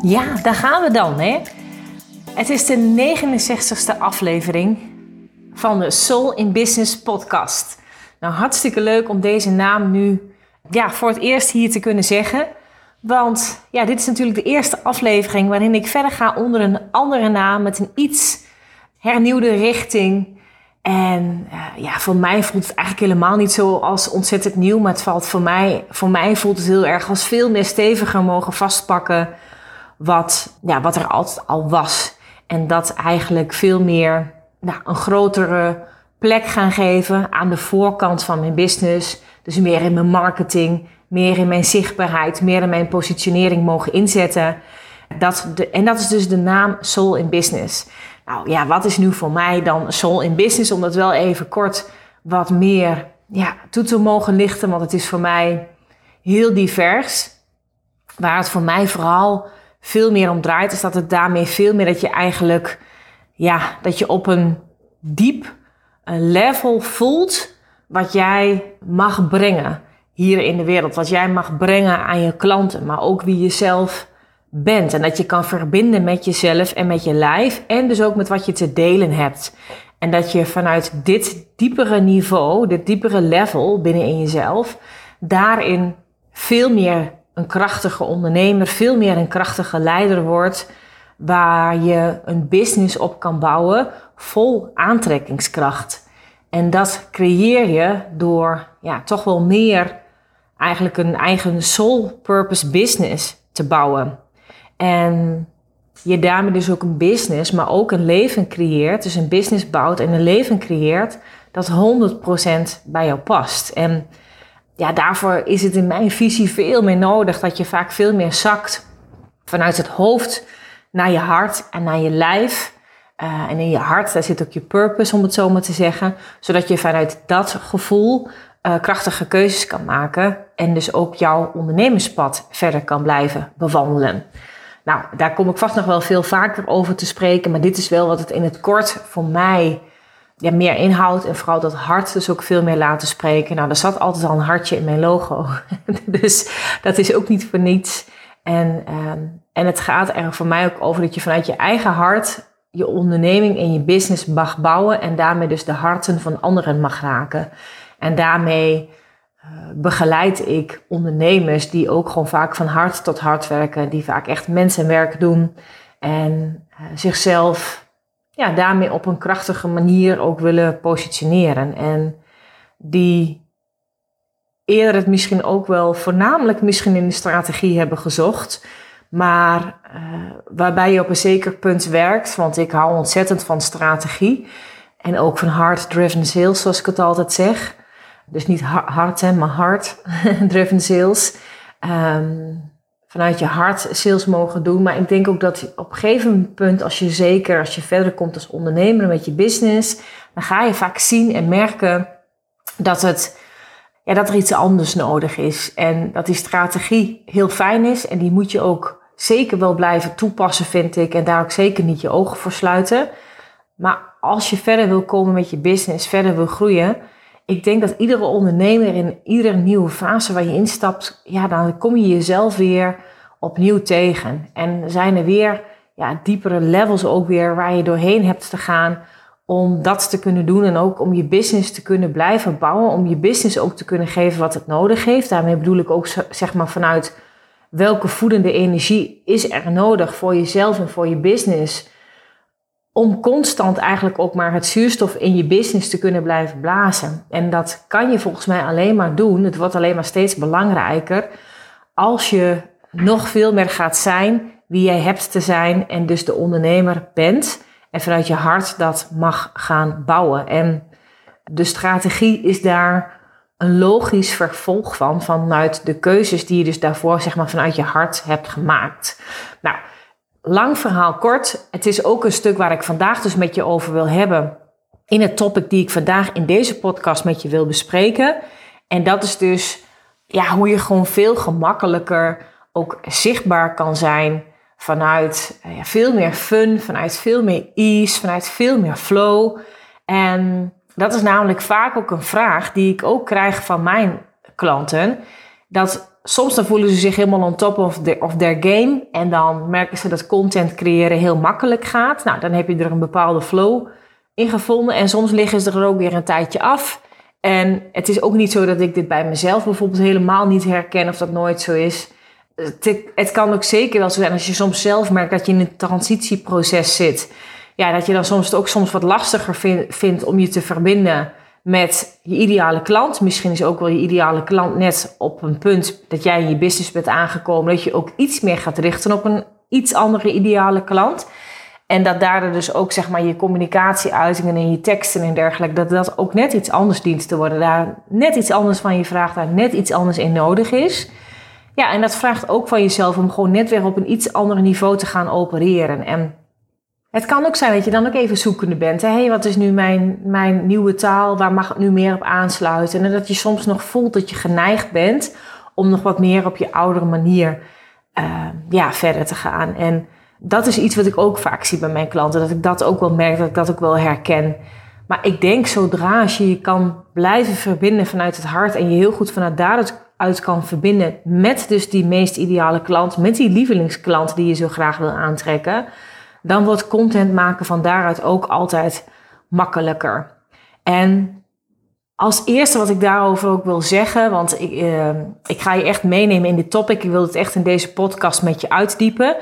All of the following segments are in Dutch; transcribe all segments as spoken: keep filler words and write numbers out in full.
Ja, daar gaan we dan, hè. Het is de negenenzestigste aflevering van de Soul in Business podcast. Nou, hartstikke leuk om deze naam nu ja, voor het eerst hier te kunnen zeggen. Want ja, dit is natuurlijk de eerste aflevering waarin ik verder ga onder een andere naam met een iets hernieuwde richting. En uh, ja, voor mij voelt het eigenlijk helemaal niet zo als ontzettend nieuw. Maar het valt voor mij, voor mij voelt het heel erg als veel meer steviger mogen vastpakken wat, ja, wat er altijd al was. En dat eigenlijk veel meer nou, een grotere plek gaan geven aan de voorkant van mijn business. Dus meer in mijn marketing, meer in mijn zichtbaarheid, meer in mijn positionering mogen inzetten. Dat de, en dat is dus de naam Soul in Business. Nou ja, wat is nu voor mij dan Soul in Business? Om dat wel even kort wat meer ja, toe te mogen lichten. Want het is voor mij heel divers. Waar het voor mij vooral veel meer om draait, is dat het daarmee veel meer dat je eigenlijk, ja, dat je op een diep een level voelt wat jij mag brengen hier in de wereld. Wat jij mag brengen aan je klanten, maar ook wie je zelf bent. En dat je kan verbinden met jezelf en met je lijf en dus ook met wat je te delen hebt. En dat je vanuit dit diepere niveau, dit diepere level binnenin jezelf, daarin veel meer een krachtige ondernemer, veel meer een krachtige leider wordt, waar je een business op kan bouwen vol aantrekkingskracht. En dat creëer je door ja, toch wel meer eigenlijk een eigen soul purpose business te bouwen. En je daarmee dus ook een business, maar ook een leven creëert. Dus een business bouwt en een leven creëert dat honderd procent bij jou past. En ja, daarvoor is het in mijn visie veel meer nodig dat je vaak veel meer zakt vanuit het hoofd naar je hart en naar je lijf. Uh, en in je hart, daar zit ook je purpose, om het zo maar te zeggen. Zodat je vanuit dat gevoel uh, krachtige keuzes kan maken. En dus ook jouw ondernemerspad verder kan blijven bewandelen. Nou, daar kom ik vast nog wel veel vaker over te spreken. Maar dit is wel wat het in het kort voor mij ja, meer inhoudt. En vooral dat hart dus ook veel meer laten spreken. Nou, er zat altijd al een hartje in mijn logo. Dus dat is ook niet voor niets. En, um, en het gaat er voor mij ook over dat je vanuit je eigen hart je onderneming en je business mag bouwen. En daarmee dus de harten van anderen mag raken. En daarmee uh, begeleid ik ondernemers die ook gewoon vaak van hart tot hart werken. Die vaak echt mensenwerk doen. En uh, zichzelf ja, daarmee op een krachtige manier ook willen positioneren. En die eerder het misschien ook wel voornamelijk misschien in de strategie hebben gezocht. Maar uh, waarbij je op een zeker punt werkt. Want ik hou ontzettend van strategie. En ook van heart-driven sales, zoals ik het altijd zeg. Dus niet hard, hè, maar heart-driven sales. Um, vanuit je hart sales mogen doen. Maar ik denk ook dat op een gegeven punt, als je zeker, als je verder komt als ondernemer met je business, dan ga je vaak zien en merken dat het, ja, dat er iets anders nodig is. En dat die strategie heel fijn is. En die moet je ook zeker wel blijven toepassen, vind ik. En daar ook zeker niet je ogen voor sluiten. Maar als je verder wil komen met je business, verder wil groeien, ik denk dat iedere ondernemer in iedere nieuwe fase waar je instapt, ja, dan kom je jezelf weer opnieuw tegen. En zijn er weer ja, diepere levels ook weer waar je doorheen hebt te gaan om dat te kunnen doen. En ook om je business te kunnen blijven bouwen. Om je business ook te kunnen geven wat het nodig heeft. Daarmee bedoel ik ook zeg maar vanuit welke voedende energie is er nodig voor jezelf en voor je business. Om constant eigenlijk ook maar het zuurstof in je business te kunnen blijven blazen. En dat kan je volgens mij alleen maar doen. Het wordt alleen maar steeds belangrijker als je nog veel meer gaat zijn wie jij hebt te zijn. En dus de ondernemer bent. En vanuit je hart dat mag gaan bouwen. En de strategie is daar een logisch vervolg van. Vanuit de keuzes die je dus daarvoor zeg maar vanuit je hart hebt gemaakt. Nou, lang verhaal kort. Het is ook een stuk waar ik vandaag dus met je over wil hebben. In het topic die ik vandaag in deze podcast met je wil bespreken. En dat is dus ja, hoe je gewoon veel gemakkelijker ook zichtbaar kan zijn. Vanuit ja, veel meer fun, vanuit veel meer ease, vanuit veel meer flow. En dat is namelijk vaak ook een vraag die ik ook krijg van mijn klanten. Dat soms dan voelen ze zich helemaal on top of, the, of their game. En dan merken ze dat content creëren heel makkelijk gaat. Nou, dan heb je er een bepaalde flow in gevonden. En soms liggen ze er ook weer een tijdje af. En het is ook niet zo dat ik dit bij mezelf bijvoorbeeld helemaal niet herken of dat nooit zo is. Het, het kan ook zeker wel zo zijn als je soms zelf merkt dat je in een transitieproces zit. Ja, dat je dan soms het ook soms wat lastiger vind, vindt om je te verbinden met je ideale klant. Misschien is ook wel je ideale klant net op een punt dat jij in je business bent aangekomen. Dat je ook iets meer gaat richten op een iets andere ideale klant. En dat daardoor dus ook zeg maar je communicatieuitingen en je teksten en dergelijke, dat dat ook net iets anders dient te worden. Daar net iets anders van je vraagt, daar net iets anders in nodig is. Ja, en dat vraagt ook van jezelf om gewoon net weer op een iets ander niveau te gaan opereren. En het kan ook zijn dat je dan ook even zoekende bent. Hé, hey, wat is nu mijn, mijn nieuwe taal? Waar mag ik nu meer op aansluiten? En dat je soms nog voelt dat je geneigd bent om nog wat meer op je oudere manier uh, ja, verder te gaan. En dat is iets wat ik ook vaak zie bij mijn klanten. Dat ik dat ook wel merk, dat ik dat ook wel herken. Maar ik denk zodra als je je kan blijven verbinden vanuit het hart en je heel goed vanuit daaruit kan verbinden met dus die meest ideale klant, met die lievelingsklant die je zo graag wil aantrekken, dan wordt content maken van daaruit ook altijd makkelijker. En als eerste wat ik daarover ook wil zeggen, want ik, uh, ik ga je echt meenemen in dit topic. Ik wil het echt in deze podcast met je uitdiepen.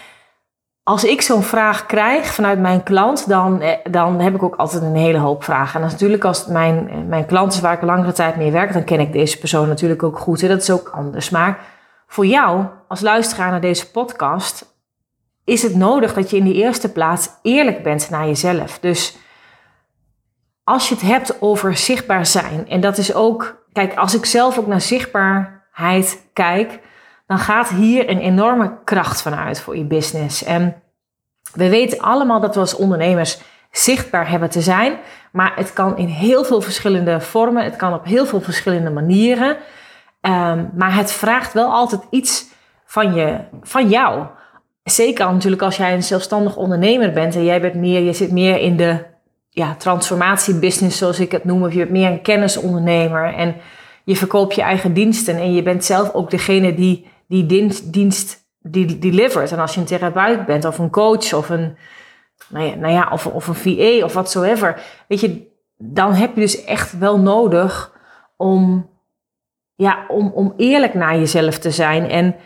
Als ik zo'n vraag krijg vanuit mijn klant, dan, dan heb ik ook altijd een hele hoop vragen. En dat is natuurlijk als het mijn, mijn klant is waar ik langere tijd mee werk, dan ken ik deze persoon natuurlijk ook goed. Hè? Dat is ook anders. Maar voor jou, als luisteraar naar deze podcast, is het nodig dat je in de eerste plaats eerlijk bent naar jezelf. Dus als je het hebt over zichtbaar zijn, en dat is ook, kijk, als ik zelf ook naar zichtbaarheid kijk, dan gaat hier een enorme kracht van uit voor je business. En we weten allemaal dat we als ondernemers zichtbaar hebben te zijn, maar het kan in heel veel verschillende vormen, het kan op heel veel verschillende manieren, um, maar het vraagt wel altijd iets van, je, van jou. Zeker natuurlijk als jij een zelfstandig ondernemer bent en jij bent meer, je zit meer in de ja, transformatiebusiness zoals ik het noem, of je bent meer een kennisondernemer en je verkoopt je eigen diensten en je bent zelf ook degene die die dienst, dienst die delivert. En als je een therapeut bent of een coach of een, nou ja, nou ja, of, of een V A of whatsoever, weet je, dan heb je dus echt wel nodig om, ja, om, om eerlijk naar jezelf te zijn. En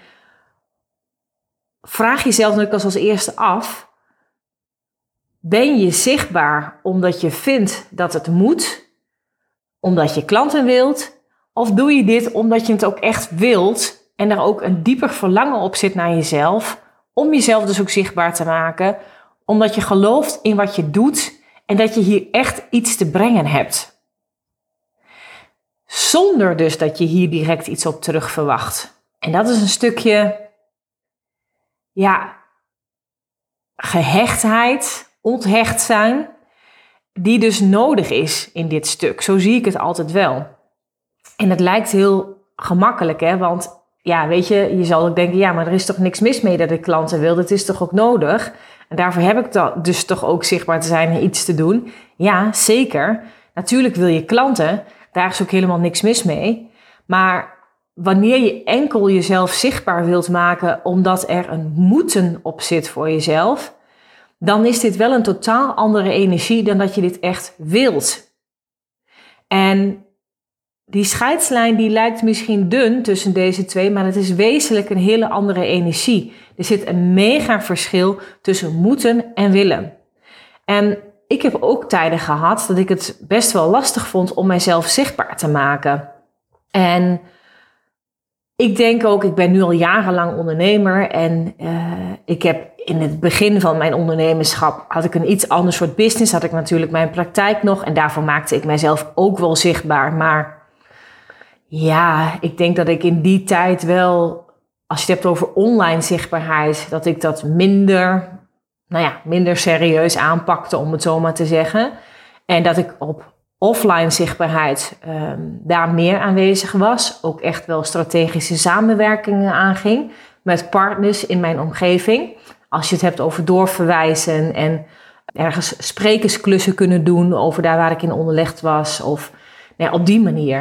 vraag jezelf natuurlijk als eerste af, ben je zichtbaar omdat je vindt dat het moet, omdat je klanten wilt, of doe je dit omdat je het ook echt wilt en er ook een dieper verlangen op zit naar jezelf, om jezelf dus ook zichtbaar te maken, omdat je gelooft in wat je doet en dat je hier echt iets te brengen hebt. Zonder dus dat je hier direct iets op terug verwacht. En dat is een stukje, ja, gehechtheid, onthecht zijn, die dus nodig is in dit stuk. Zo zie ik het altijd wel. En het lijkt heel gemakkelijk, hè, want ja, weet je, je zal ook denken, ja, maar er is toch niks mis mee dat ik klanten wil, dat is toch ook nodig? En daarvoor heb ik dat dus toch ook zichtbaar te zijn en iets te doen. Ja, zeker. Natuurlijk wil je klanten, daar is ook helemaal niks mis mee. Maar wanneer je enkel jezelf zichtbaar wilt maken omdat er een moeten op zit voor jezelf, dan is dit wel een totaal andere energie dan dat je dit echt wilt. En die scheidslijn die lijkt misschien dun tussen deze twee, maar het is wezenlijk een hele andere energie. Er zit een mega verschil tussen moeten en willen. En ik heb ook tijden gehad dat ik het best wel lastig vond om mijzelf zichtbaar te maken. En ik denk ook, ik ben nu al jarenlang ondernemer en uh, ik heb in het begin van mijn ondernemerschap had ik een iets ander soort business. Had ik natuurlijk mijn praktijk nog en daarvoor maakte ik mijzelf ook wel zichtbaar. Maar ja, ik denk dat ik in die tijd wel, als je het hebt over online zichtbaarheid, dat ik dat minder, nou ja, minder serieus aanpakte, om het zo maar te zeggen. En dat ik op offline zichtbaarheid um, daar meer aanwezig was. Ook echt wel strategische samenwerkingen aanging met partners in mijn omgeving. Als je het hebt over doorverwijzen en ergens sprekersklussen kunnen doen over daar waar ik in onderlegd was. Of nou ja, op die manier.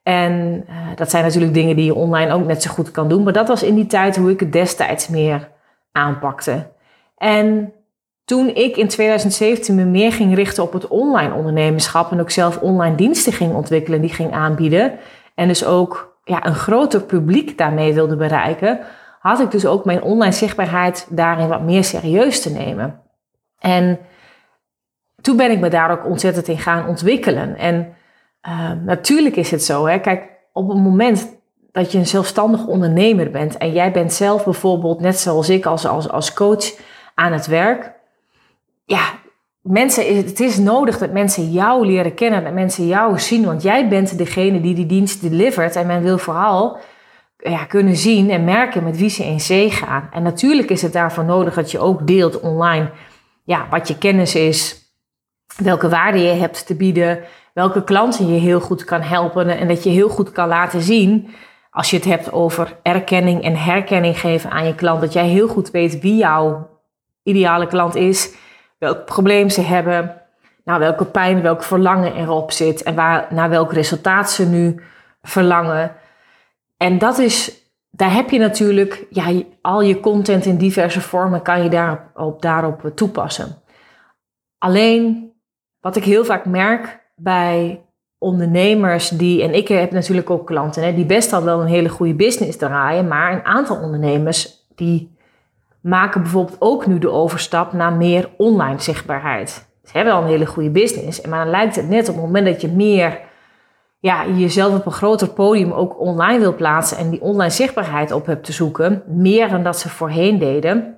En uh, dat zijn natuurlijk dingen die je online ook net zo goed kan doen. Maar dat was in die tijd hoe ik het destijds meer aanpakte. En toen ik in twintig zeventien me meer ging richten op het online ondernemerschap en ook zelf online diensten ging ontwikkelen, die ging aanbieden en dus ook ja, een groter publiek daarmee wilde bereiken, had ik dus ook mijn online zichtbaarheid daarin wat meer serieus te nemen. En toen ben ik me daar ook ontzettend in gaan ontwikkelen. En uh, natuurlijk is het zo, hè, kijk, op het moment dat je een zelfstandig ondernemer bent en jij bent zelf bijvoorbeeld, net zoals ik als, als, als coach aan het werk, ja, mensen, het is nodig dat mensen jou leren kennen, dat mensen jou zien, want jij bent degene die die dienst delivert en men wil vooral ja, kunnen zien en merken met wie ze in zee gaan. En natuurlijk is het daarvoor nodig dat je ook deelt online ja, wat je kennis is, welke waarde je hebt te bieden, welke klanten je heel goed kan helpen en dat je heel goed kan laten zien, als je het hebt over erkenning en herkenning geven aan je klant, dat jij heel goed weet wie jouw ideale klant is, welk probleem ze hebben, nou, welke pijn, welk verlangen erop zit en waar, naar welk resultaat ze nu verlangen. En dat is, daar heb je natuurlijk, ja, al je content in diverse vormen kan je daarop, daarop toepassen. Alleen, wat ik heel vaak merk bij ondernemers die, en ik heb natuurlijk ook klanten, hè, die best al wel een hele goede business draaien, maar een aantal ondernemers die maken bijvoorbeeld ook nu de overstap naar meer online zichtbaarheid. Ze hebben al een hele goede business, maar dan lijkt het net op het moment dat je meer ja, jezelf op een groter podium ook online wil plaatsen en die online zichtbaarheid op hebt te zoeken, meer dan dat ze voorheen deden,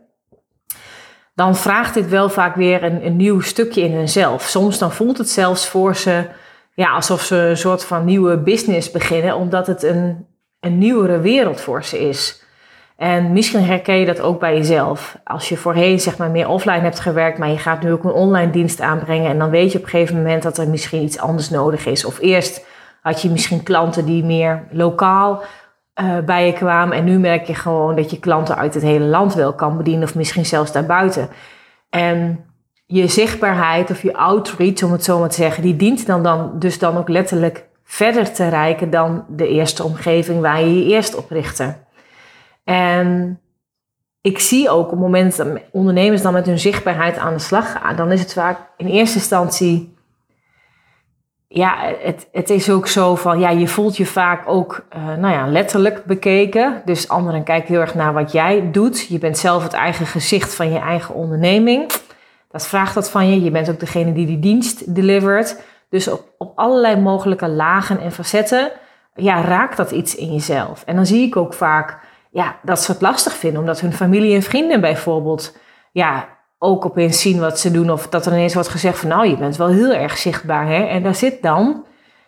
dan vraagt dit wel vaak weer een, een nieuw stukje in hunzelf. Soms dan voelt het zelfs voor ze ja, alsof ze een soort van nieuwe business beginnen, omdat het een, een nieuwere wereld voor ze is. En misschien herken je dat ook bij jezelf. Als je voorheen zeg maar meer offline hebt gewerkt, maar je gaat nu ook een online dienst aanbrengen en dan weet je op een gegeven moment dat er misschien iets anders nodig is. Of eerst had je misschien klanten die meer lokaal uh, bij je kwamen en nu merk je gewoon dat je klanten uit het hele land wel kan bedienen of misschien zelfs daarbuiten. En je zichtbaarheid of je outreach, om het zo maar te zeggen, die dient dan, dan dus dan ook letterlijk verder te reiken dan de eerste omgeving waar je je eerst op richtte. En ik zie ook op het moment dat ondernemers dan met hun zichtbaarheid aan de slag gaan, dan is het vaak in eerste instantie, ja, het, het is ook zo van, ja, je voelt je vaak ook, uh, nou ja, letterlijk bekeken. Dus anderen kijken heel erg naar wat jij doet. Je bent zelf het eigen gezicht van je eigen onderneming. Dat vraagt dat van je. Je bent ook degene die die dienst delivert. Dus op, op allerlei mogelijke lagen en facetten, ja, raakt dat iets in jezelf. En dan zie ik ook vaak, ja, dat ze het lastig vinden, omdat hun familie en vrienden bijvoorbeeld, ja, ook opeens zien wat ze doen. Of dat er ineens wordt gezegd van, nou, je bent wel heel erg zichtbaar, hè. En daar zit dan,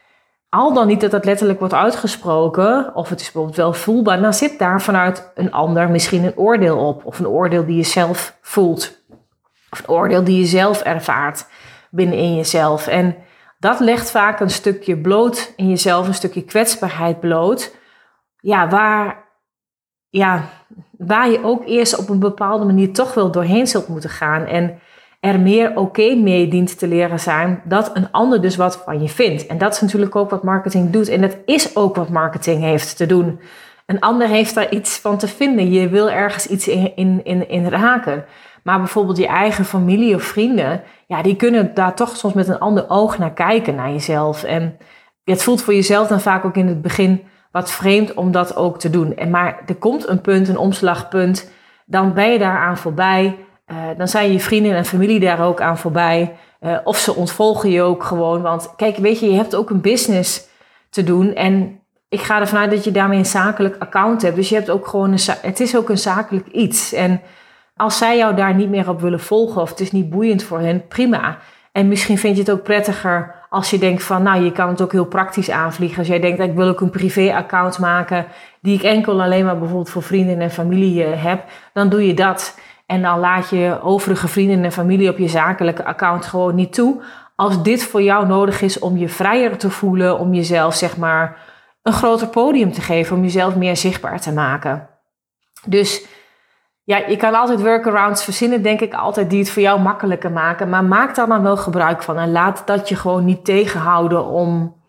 al dan niet dat dat letterlijk wordt uitgesproken, of het is bijvoorbeeld wel voelbaar, dan zit daar vanuit een ander misschien een oordeel op. Of een oordeel die je zelf voelt. Of een oordeel die je zelf ervaart binnenin jezelf. En dat legt vaak een stukje bloot in jezelf, een stukje kwetsbaarheid bloot. Ja, waar, ja, waar je ook eerst op een bepaalde manier toch wel doorheen zult moeten gaan. En er meer oké okay mee dient te leren zijn dat een ander dus wat van je vindt. En dat is natuurlijk ook wat marketing doet. En dat is ook wat marketing heeft te doen. Een ander heeft daar iets van te vinden. Je wil ergens iets in, in, in, in raken. Maar bijvoorbeeld je eigen familie of vrienden, ja, die kunnen daar toch soms met een ander oog naar kijken, naar jezelf. En het voelt voor jezelf dan vaak ook in het begin wat vreemd om dat ook te doen. En maar er komt een punt, een omslagpunt, dan ben je daaraan voorbij. Uh, dan zijn je vrienden en familie daar ook aan voorbij. Uh, of ze ontvolgen je ook gewoon. Want kijk, weet je, je hebt ook een business te doen. En ik ga ervan uit dat je daarmee een zakelijk account hebt. Dus je hebt ook gewoon een, het is ook een zakelijk iets. En als zij jou daar niet meer op willen volgen of het is niet boeiend voor hen, prima. En misschien vind je het ook prettiger als je denkt van, nou, je kan het ook heel praktisch aanvliegen. Als jij denkt, ik wil ook een privé-account maken die ik enkel alleen maar bijvoorbeeld voor vrienden en familie heb, dan doe je dat. En dan laat je overige vrienden en familie op je zakelijke account gewoon niet toe. Als dit voor jou nodig is om je vrijer te voelen, om jezelf zeg maar een groter podium te geven, om jezelf meer zichtbaar te maken. Dus ja, je kan altijd workarounds verzinnen, denk ik altijd, die het voor jou makkelijker maken. Maar maak daar dan wel gebruik van en laat dat je gewoon niet tegenhouden om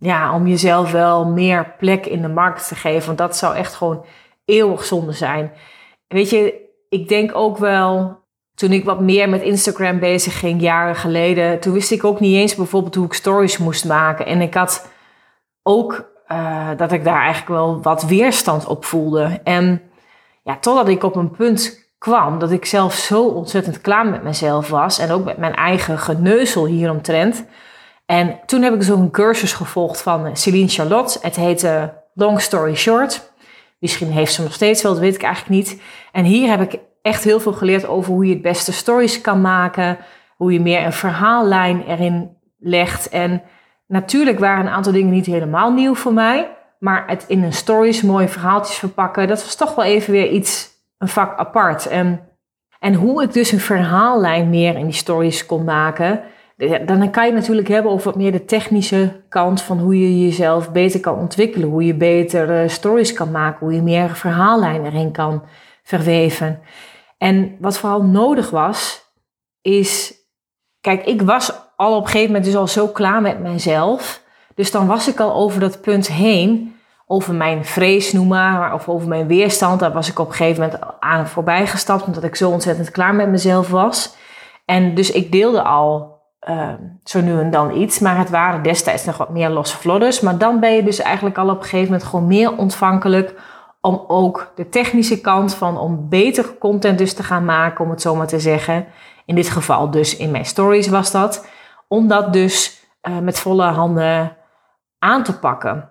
ja, om jezelf wel meer plek in de markt te geven. Want dat zou echt gewoon eeuwig zonde zijn. Weet je, ik denk ook wel, toen ik wat meer met Instagram bezig ging, jaren geleden, toen wist ik ook niet eens bijvoorbeeld hoe ik stories moest maken. En ik had ook uh, dat ik daar eigenlijk wel wat weerstand op voelde. En ja, totdat ik op een punt kwam dat ik zelf zo ontzettend klaar met mezelf was. En ook met mijn eigen geneuzel hieromtrent. En toen heb ik zo'n cursus gevolgd van Céline Charlotte. Het heette Long Story Short. Misschien heeft ze nog steeds wel, dat weet ik eigenlijk niet. En hier heb ik echt heel veel geleerd over hoe je het beste stories kan maken. Hoe je meer een verhaallijn erin legt. En natuurlijk waren een aantal dingen niet helemaal nieuw voor mij. Maar het in een stories mooie verhaaltjes verpakken, dat was toch wel even weer iets, een vak apart. En, en hoe ik dus een verhaallijn meer in die stories kon maken, dan kan je het natuurlijk hebben over wat meer de technische kant van hoe je jezelf beter kan ontwikkelen. Hoe je beter stories kan maken, hoe je meer een verhaallijn erin kan verweven. En wat vooral nodig was, is, kijk, ik was al op een gegeven moment dus al zo klaar met mezelf. Dus dan was ik al over dat punt heen, over mijn vrees noem maar, of over mijn weerstand. Daar was ik op een gegeven moment aan voorbij gestapt, omdat ik zo ontzettend klaar met mezelf was. En dus ik deelde al uh, zo nu en dan iets, maar het waren destijds nog wat meer losse vlodders. Maar dan ben je dus eigenlijk al op een gegeven moment gewoon meer ontvankelijk om ook de technische kant van, om beter content dus te gaan maken, om het zo maar te zeggen. In dit geval dus in mijn stories was dat. Om dat dus uh, met volle handen aan te pakken.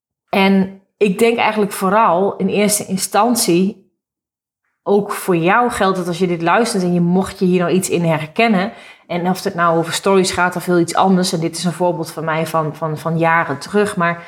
En ik denk eigenlijk vooral in eerste instantie, ook voor jou geldt dat als je dit luistert en je mocht je hier nou iets in herkennen, en of het nou over stories gaat of heel iets anders, en dit is een voorbeeld van mij van, van, van jaren terug, maar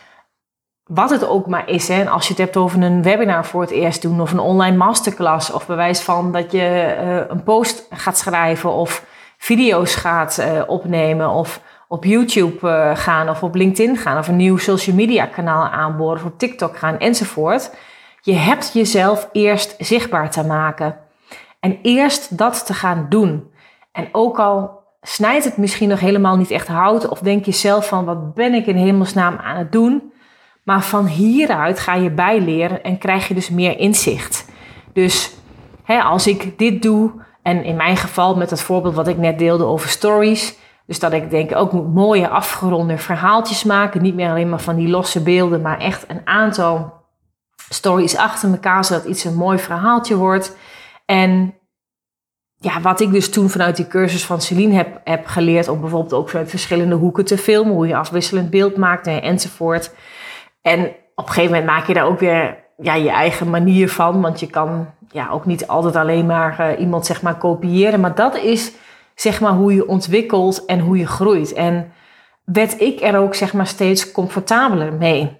wat het ook maar is, hè, als je het hebt over een webinar voor het eerst doen, of een online masterclass, of bewijs van dat je uh, een post gaat schrijven, of video's gaat uh, opnemen, of op YouTube uh, gaan, of op LinkedIn gaan, of een nieuw social media kanaal aanboren, of op TikTok gaan, enzovoort. Je hebt jezelf eerst zichtbaar te maken. En eerst dat te gaan doen. En ook al snijdt het misschien nog helemaal niet echt hout, of denk je zelf van, wat ben ik in hemelsnaam aan het doen? Maar van hieruit ga je bijleren en krijg je dus meer inzicht. Dus hè, als ik dit doe, en in mijn geval met het voorbeeld wat ik net deelde over stories, dus dat ik denk ook moet mooie afgeronde verhaaltjes maken, niet meer alleen maar van die losse beelden, maar echt een aantal stories achter elkaar, zodat iets een mooi verhaaltje wordt. En ja, wat ik dus toen vanuit die cursus van Céline heb, heb geleerd, om bijvoorbeeld ook vanuit verschillende hoeken te filmen, hoe je afwisselend beeld maakt en, enzovoort. En op een gegeven moment maak je daar ook weer ja, je eigen manier van, want je kan ja, ook niet altijd alleen maar uh, iemand zeg maar kopiëren, maar dat is zeg maar hoe je ontwikkelt en hoe je groeit. En werd ik er ook zeg maar steeds comfortabeler mee.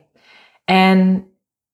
En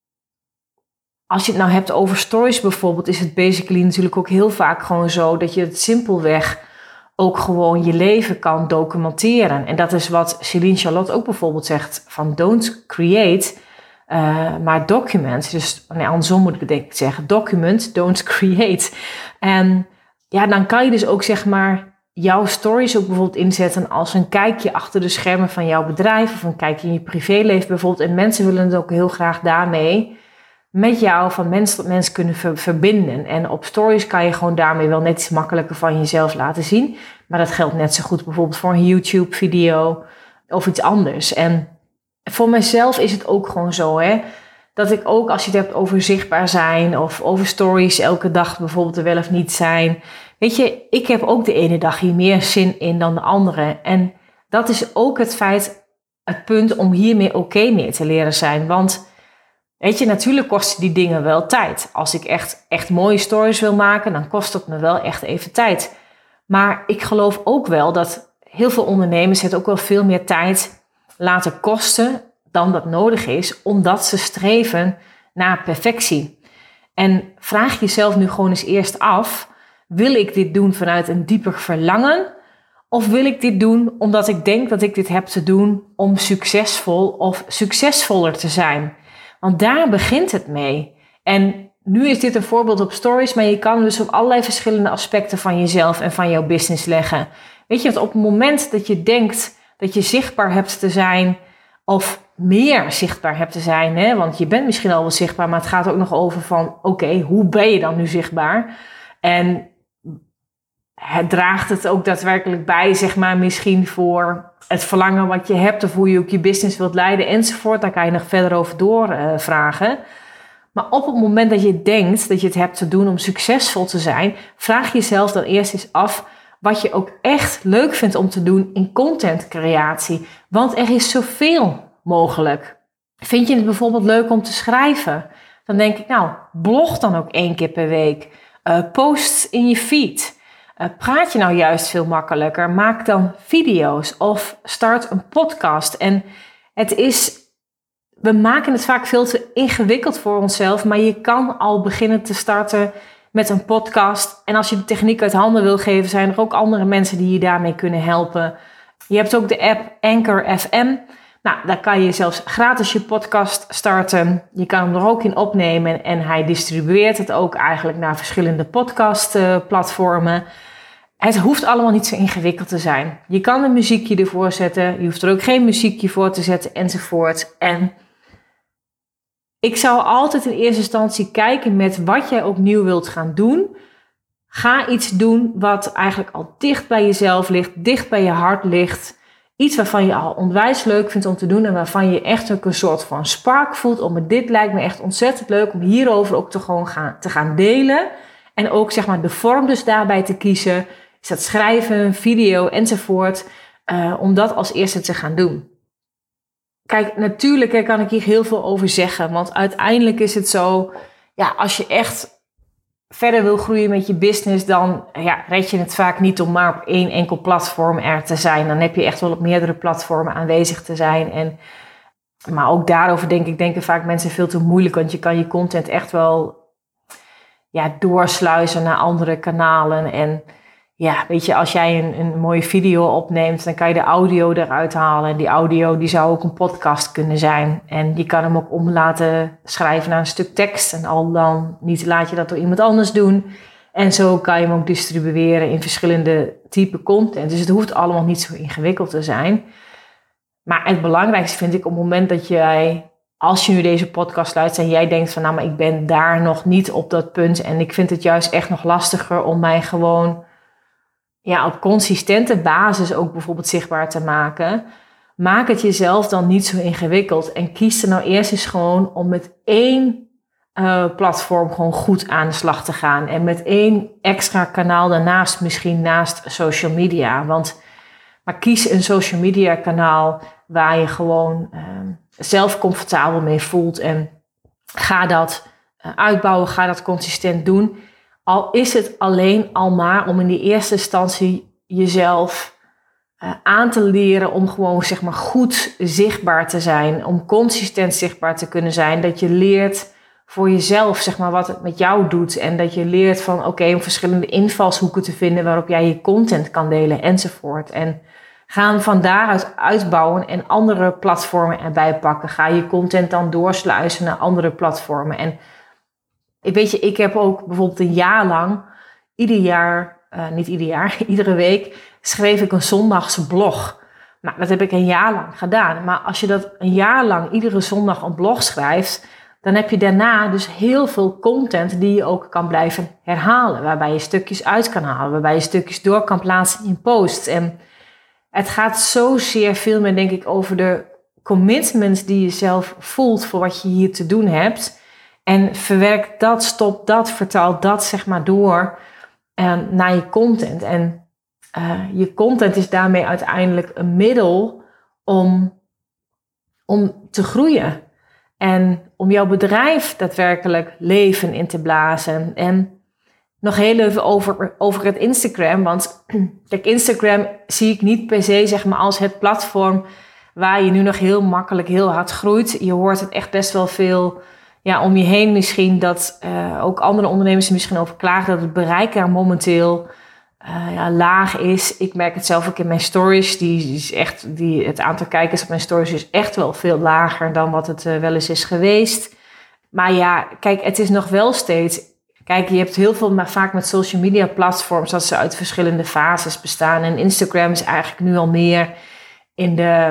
als je het nou hebt over stories bijvoorbeeld, is het basically natuurlijk ook heel vaak gewoon zo dat je het simpelweg ook gewoon je leven kan documenteren. En dat is wat Céline Charlotte ook bijvoorbeeld zegt, van don't create, uh, maar document. Dus nee, andersom moet ik denk ik zeggen, document, don't create. En ja, dan kan je dus ook zeg maar jouw stories ook bijvoorbeeld inzetten als een kijkje achter de schermen van jouw bedrijf, of een kijkje in je privéleven bijvoorbeeld. En mensen willen het ook heel graag daarmee met jou van mens tot mens kunnen ver- verbinden. En op stories kan je gewoon daarmee wel net iets makkelijker van jezelf laten zien. Maar dat geldt net zo goed bijvoorbeeld voor een YouTube video of iets anders. En voor mezelf is het ook gewoon zo, hè, dat ik ook als je het hebt over zichtbaar zijn of over stories elke dag bijvoorbeeld er wel of niet zijn. Weet je, ik heb ook de ene dag hier meer zin in dan de andere. En dat is ook het feit, het punt om hiermee oké mee te leren zijn. Want weet je, natuurlijk kosten die dingen wel tijd. Als ik echt, echt mooie stories wil maken, dan kost het me wel echt even tijd. Maar ik geloof ook wel dat heel veel ondernemers het ook wel veel meer tijd laten kosten dan dat nodig is, omdat ze streven naar perfectie. En vraag jezelf nu gewoon eens eerst af, wil ik dit doen vanuit een dieper verlangen? Of wil ik dit doen omdat ik denk dat ik dit heb te doen om succesvol of succesvoller te zijn? Want daar begint het mee. En nu is dit een voorbeeld op stories, maar je kan dus op allerlei verschillende aspecten van jezelf en van jouw business leggen. Weet je, want op het moment dat je denkt dat je zichtbaar hebt te zijn of meer zichtbaar hebt te zijn. Hè? Want je bent misschien al wel zichtbaar, maar het gaat ook nog over van, oké, okay, hoe ben je dan nu zichtbaar? En het draagt het ook daadwerkelijk bij, zeg maar, misschien voor het verlangen wat je hebt of hoe je ook je business wilt leiden enzovoort. Daar kan je nog verder over doorvragen. Uh, maar op het moment dat je denkt dat je het hebt te doen om succesvol te zijn, vraag jezelf dan eerst eens af wat je ook echt leuk vindt om te doen in contentcreatie. Want er is zoveel mogelijk. Vind je het bijvoorbeeld leuk om te schrijven? Dan denk ik, nou, blog dan ook één keer per week. Uh, post in je feed. Uh, praat je nou juist veel makkelijker? Maak dan video's of start een podcast. En het is, we maken het vaak veel te ingewikkeld voor onszelf, maar je kan al beginnen te starten met een podcast. En als je de techniek uit handen wil geven, zijn er ook andere mensen die je daarmee kunnen helpen. Je hebt ook de app Anchor F M. Nou, daar kan je zelfs gratis je podcast starten. Je kan hem er ook in opnemen en hij distribueert het ook eigenlijk naar verschillende podcastplatformen. Het hoeft allemaal niet zo ingewikkeld te zijn. Je kan een muziekje ervoor zetten, je hoeft er ook geen muziekje voor te zetten enzovoort. En ik zou altijd in eerste instantie kijken met wat jij opnieuw wilt gaan doen. Ga iets doen wat eigenlijk al dicht bij jezelf ligt, dicht bij je hart ligt. Iets waarvan je al onwijs leuk vindt om te doen en waarvan je echt ook een soort van spark voelt. Om dit lijkt me echt ontzettend leuk om hierover ook te, gewoon gaan, te gaan delen. En ook zeg maar de vorm dus daarbij te kiezen. Is dat schrijven, video enzovoort. Uh, om dat als eerste te gaan doen. Kijk, natuurlijk kan ik hier heel veel over zeggen. Want uiteindelijk is het zo, ja, als je echt verder wil groeien met je business, dan ja, red je het vaak niet om maar op één enkel platform er te zijn. Dan heb je echt wel op meerdere platformen aanwezig te zijn. En, maar ook daarover denk ik, denken vaak mensen veel te moeilijk. Want je kan je content echt wel ja, doorsluizen naar andere kanalen. En ja, weet je, als jij een, een mooie video opneemt, dan kan je de audio eruit halen. En die audio die zou ook een podcast kunnen zijn. En je kan hem ook om laten schrijven naar een stuk tekst. En al dan niet laat je dat door iemand anders doen. En zo kan je hem ook distribueren in verschillende type content. Dus het hoeft allemaal niet zo ingewikkeld te zijn. Maar het belangrijkste vind ik op het moment dat jij, als je nu deze podcast luistert en jij denkt van nou, maar ik ben daar nog niet op dat punt. En ik vind het juist echt nog lastiger om mij gewoon ja, op consistente basis ook bijvoorbeeld zichtbaar te maken. Maak het jezelf dan niet zo ingewikkeld. En kies er nou eerst eens gewoon om met één uh, platform gewoon goed aan de slag te gaan. En met één extra kanaal daarnaast, misschien naast social media. Want, maar kies een social media kanaal waar je gewoon uh, zelf comfortabel mee voelt. En ga dat uh, uitbouwen, ga dat consistent doen. Al is het alleen al maar om in die eerste instantie jezelf uh, aan te leren om gewoon zeg maar goed zichtbaar te zijn. Om consistent zichtbaar te kunnen zijn. Dat je leert voor jezelf zeg maar wat het met jou doet. En dat je leert van oké, okay, om verschillende invalshoeken te vinden waarop jij je content kan delen enzovoort. En ga van daaruit uitbouwen en andere platformen erbij pakken. Ga je content dan doorsluizen naar andere platformen. En ik weet je, ik heb ook bijvoorbeeld een jaar lang, ieder jaar, uh, niet ieder jaar, iedere week schreef ik een zondagse blog. Nou, dat heb ik een jaar lang gedaan. Maar als je dat een jaar lang iedere zondag een blog schrijft, dan heb je daarna dus heel veel content die je ook kan blijven herhalen. Waarbij je stukjes uit kan halen, waarbij je stukjes door kan plaatsen in posts. En het gaat zozeer veel meer, denk ik, over de commitment die je zelf voelt voor wat je hier te doen hebt. En verwerk dat, stop dat, vertaal dat zeg maar door uh, naar je content. En uh, je content is daarmee uiteindelijk een middel om, om te groeien. En om jouw bedrijf daadwerkelijk leven in te blazen. En nog heel even over, over het Instagram. Want kijk, Instagram zie ik niet per se zeg maar als het platform waar je nu nog heel makkelijk heel hard groeit. Je hoort het echt best wel veel ja, om je heen misschien, dat uh, ook andere ondernemers er misschien over klagen dat het bereik er momenteel uh, ja, laag is. Ik merk het zelf ook in mijn stories. Die is echt, die, het aantal kijkers op mijn stories is echt wel veel lager dan wat het uh, wel eens is geweest. Maar ja, kijk, het is nog wel steeds. Kijk, je hebt heel veel, maar vaak met social media platforms dat ze uit verschillende fases bestaan. En Instagram is eigenlijk nu al meer in de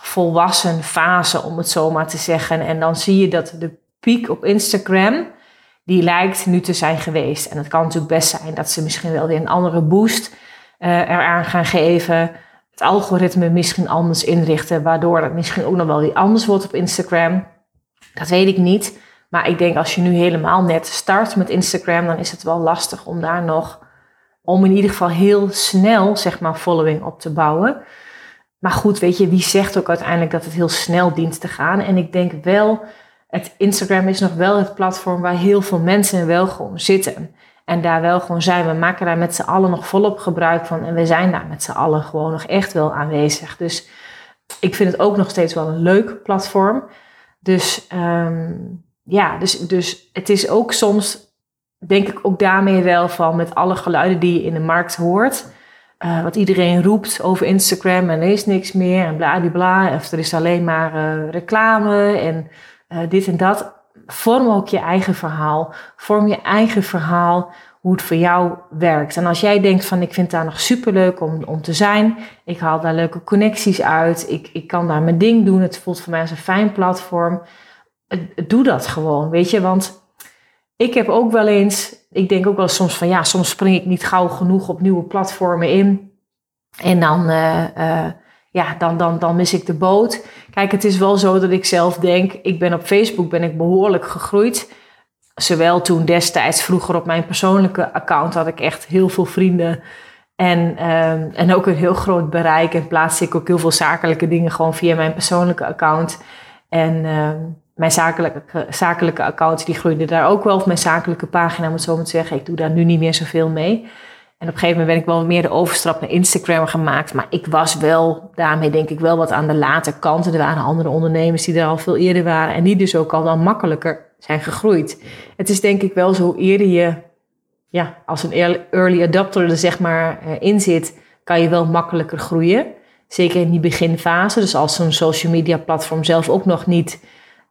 volwassen fase, om het zo maar te zeggen. En dan zie je dat de piek op Instagram, die lijkt nu te zijn geweest. En het kan natuurlijk best zijn dat ze misschien wel weer een andere boost uh, eraan gaan geven. Het algoritme misschien anders inrichten, waardoor het misschien ook nog wel weer anders wordt op Instagram. Dat weet ik niet. Maar ik denk als je nu helemaal net start met Instagram, dan is het wel lastig om daar nog, om in ieder geval heel snel, zeg maar, following op te bouwen. Maar goed, weet je, wie zegt ook uiteindelijk dat het heel snel dient te gaan? En ik denk wel, het Instagram is nog wel het platform waar heel veel mensen wel gewoon zitten. En daar wel gewoon zijn. We maken daar met z'n allen nog volop gebruik van. En we zijn daar met z'n allen gewoon nog echt wel aanwezig. Dus ik vind het ook nog steeds wel een leuk platform. Dus um, ja, dus, dus het is ook soms, denk ik ook daarmee wel van, met alle geluiden die je in de markt hoort. Uh, wat iedereen roept over Instagram en er is niks meer en bladibla. Of er is alleen maar uh, reclame en uh, dit en dat. Vorm ook je eigen verhaal. Vorm je eigen verhaal hoe het voor jou werkt. En als jij denkt van ik vind het daar nog superleuk om, om te zijn. Ik haal daar leuke connecties uit. Ik, ik kan daar mijn ding doen. Het voelt voor mij als een fijn platform. Doe dat gewoon, weet je. Want ik heb ook wel eens, ik denk ook wel soms van ja, soms spring ik niet gauw genoeg op nieuwe platformen in. En dan, uh, uh, ja, dan, dan, dan mis ik de boot. Kijk, het is wel zo dat ik zelf denk, ik ben op Facebook ben ik behoorlijk gegroeid. Zowel toen destijds, vroeger op mijn persoonlijke account had ik echt heel veel vrienden. En, uh, en ook een heel groot bereik. En plaatste ik ook heel veel zakelijke dingen gewoon via mijn persoonlijke account. En uh, mijn zakelijke, zakelijke accounts die groeiden daar ook wel. Of mijn zakelijke pagina, om het zo maar te zeggen. Ik doe daar nu niet meer zoveel mee. En op een gegeven moment ben ik wel meer de overstap naar Instagram gemaakt. Maar ik was wel, daarmee denk ik wel wat aan de late kant. Er waren andere ondernemers die er al veel eerder waren. En die dus ook al dan makkelijker zijn gegroeid. Het is denk ik wel zo, hoe eerder je ja, als een early adopter er zeg maar in zit, kan je wel makkelijker groeien. Zeker in die beginfase. Dus als zo'n social media platform zelf ook nog niet,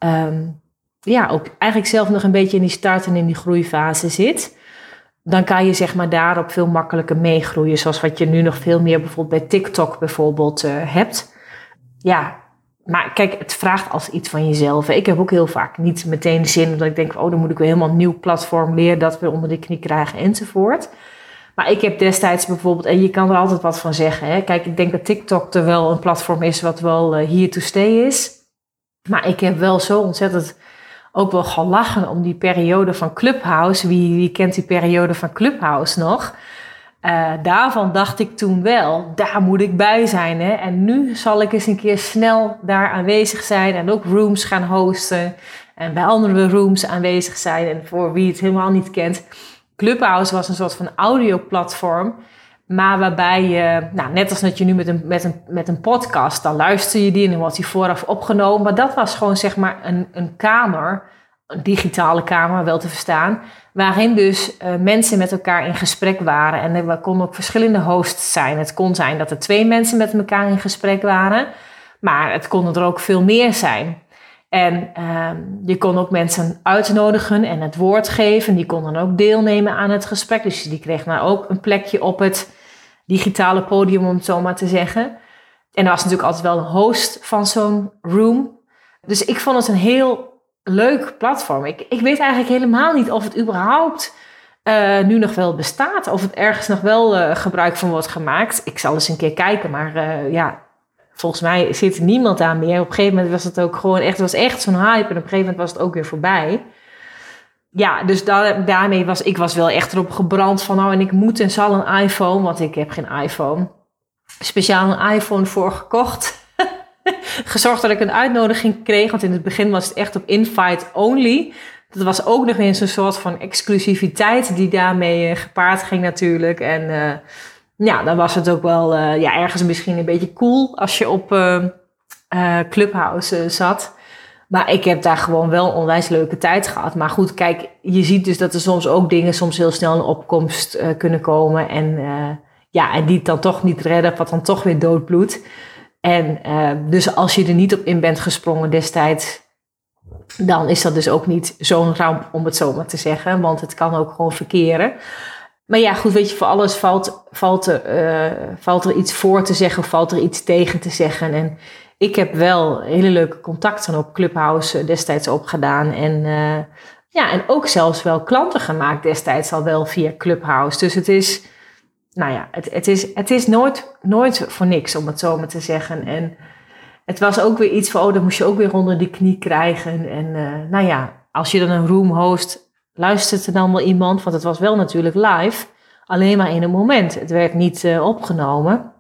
um, ja, ook eigenlijk zelf nog een beetje in die start- en in die groeifase zit, dan kan je zeg maar daarop veel makkelijker meegroeien. Zoals wat je nu nog veel meer bijvoorbeeld bij TikTok bijvoorbeeld uh, hebt. Ja, maar kijk, het vraagt als iets van jezelf. Ik heb ook heel vaak niet meteen zin, omdat ik denk, oh, dan moet ik weer helemaal een nieuw platform leren, dat weer onder de knie krijgen enzovoort. Maar ik heb destijds bijvoorbeeld, en je kan er altijd wat van zeggen. Hè? Kijk, ik denk dat TikTok er wel een platform is wat wel uh, here to stay is. Maar ik heb wel zo ontzettend ook wel gelachen om die periode van Clubhouse. Wie, wie kent die periode van Clubhouse nog? Uh, daarvan dacht ik toen wel, daar moet ik bij zijn. Hè? En nu zal ik eens een keer snel daar aanwezig zijn en ook rooms gaan hosten. En bij andere rooms aanwezig zijn. En voor wie het helemaal niet kent, Clubhouse was een soort van audioplatform. Maar waarbij je, nou, net als dat je nu met een, met, een, met een podcast, dan luister je die en dan wordt die vooraf opgenomen. Maar dat was gewoon zeg maar een, een kamer, een digitale kamer wel te verstaan, waarin dus uh, mensen met elkaar in gesprek waren. En er konden ook verschillende hosts zijn. Het kon zijn dat er twee mensen met elkaar in gesprek waren, maar het konden er ook veel meer zijn. En uh, je kon ook mensen uitnodigen en het woord geven. Die konden ook deelnemen aan het gesprek. Dus die kregen nou ook een plekje op het digitale podium, om het zo maar te zeggen. En er was natuurlijk altijd wel een host van zo'n room. Dus ik vond het een heel leuk platform. Ik, ik weet eigenlijk helemaal niet of het überhaupt uh, nu nog wel bestaat. Of het ergens nog wel uh, gebruik van wordt gemaakt. Ik zal eens een keer kijken, maar uh, ja... Volgens mij zit er niemand daar meer. Op een gegeven moment was het ook gewoon echt, het was echt zo'n hype. En op een gegeven moment was het ook weer voorbij. Ja, dus da- daarmee was ik was wel echt erop gebrand van, nou, en ik moet en zal een iPhone, want ik heb geen iPhone. Speciaal een iPhone voor gekocht. Gezorgd dat ik een uitnodiging kreeg, want in het begin was het echt op invite only. Dat was ook nog eens een soort van exclusiviteit die daarmee gepaard ging natuurlijk. En uh, ja, dan was het ook wel uh, ja, ergens misschien een beetje cool als je op uh, uh, Clubhouse uh, zat. Maar ik heb daar gewoon wel een onwijs leuke tijd gehad. Maar goed, kijk, je ziet dus dat er soms ook dingen soms heel snel in opkomst uh, kunnen komen. En, uh, ja, en die het dan toch niet redden, wat dan toch weer doodbloedt. En uh, dus als je er niet op in bent gesprongen destijds, dan is dat dus ook niet zo'n ramp, om het zo maar te zeggen. Want het kan ook gewoon verkeren. Maar ja, goed, weet je, voor alles valt, valt, er, uh, valt er iets voor te zeggen of valt er iets tegen te zeggen. En ik heb wel hele leuke contacten op Clubhouse destijds opgedaan. En, uh, ja, en ook zelfs wel klanten gemaakt destijds al wel via Clubhouse. Dus het is, nou ja, het, het is, het is nooit, nooit voor niks, om het zo maar te zeggen. En het was ook weer iets van, oh, dat moest je ook weer onder die knie krijgen. En uh, nou ja, als je dan een room host, luistert er dan wel iemand? Want het was wel natuurlijk live, alleen maar in een moment. Het werd niet uh, opgenomen.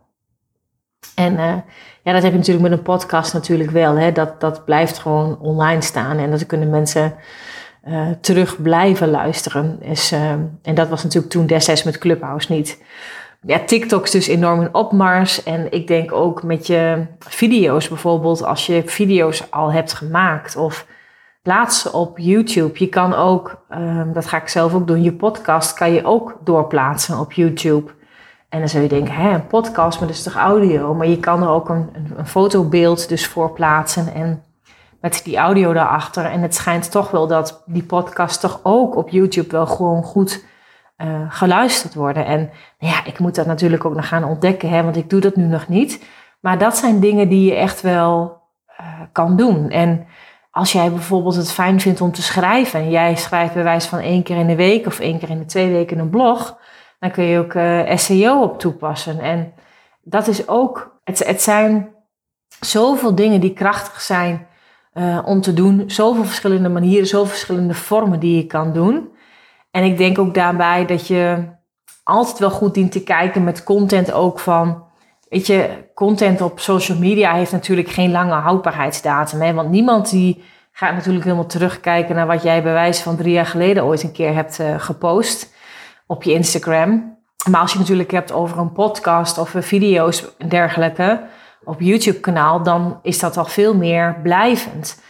En uh, ja, dat heb je natuurlijk met een podcast natuurlijk wel. Hè? Dat, dat blijft gewoon online staan en dat kunnen mensen uh, terug blijven luisteren. Dus, uh, en dat was natuurlijk toen destijds met Clubhouse niet. Ja, TikTok is dus enorm in opmars. En ik denk ook met je video's bijvoorbeeld, als je video's al hebt gemaakt of plaatsen op YouTube. Je kan ook, um, dat ga ik zelf ook doen, je podcast kan je ook doorplaatsen op YouTube. En dan zul je denken, hè, een podcast, maar dat is toch audio? Maar je kan er ook een, een, een fotobeeld dus voor plaatsen en met die audio daarachter. En het schijnt toch wel dat die podcast toch ook op YouTube wel gewoon goed uh, geluisterd worden. En nou ja, ik moet dat natuurlijk ook nog gaan ontdekken, hè, want ik doe dat nu nog niet. Maar dat zijn dingen die je echt wel uh, kan doen. En als jij bijvoorbeeld het fijn vindt om te schrijven en jij schrijft bij wijze van één keer in de week of één keer in de twee weken een blog, dan kun je ook uh, S E O op toepassen. En dat is ook, het, het zijn zoveel dingen die krachtig zijn uh, om te doen. Zoveel verschillende manieren, zoveel verschillende vormen die je kan doen. En ik denk ook daarbij dat je altijd wel goed dient te kijken met content ook van, weet je, content op social media heeft natuurlijk geen lange houdbaarheidsdatum. Hè? Want niemand die gaat natuurlijk helemaal terugkijken naar wat jij bij wijze van drie jaar geleden ooit een keer hebt uh, gepost op je Instagram. Maar als je het natuurlijk hebt over een podcast of video's en dergelijke op YouTube kanaal, dan is dat al veel meer blijvend.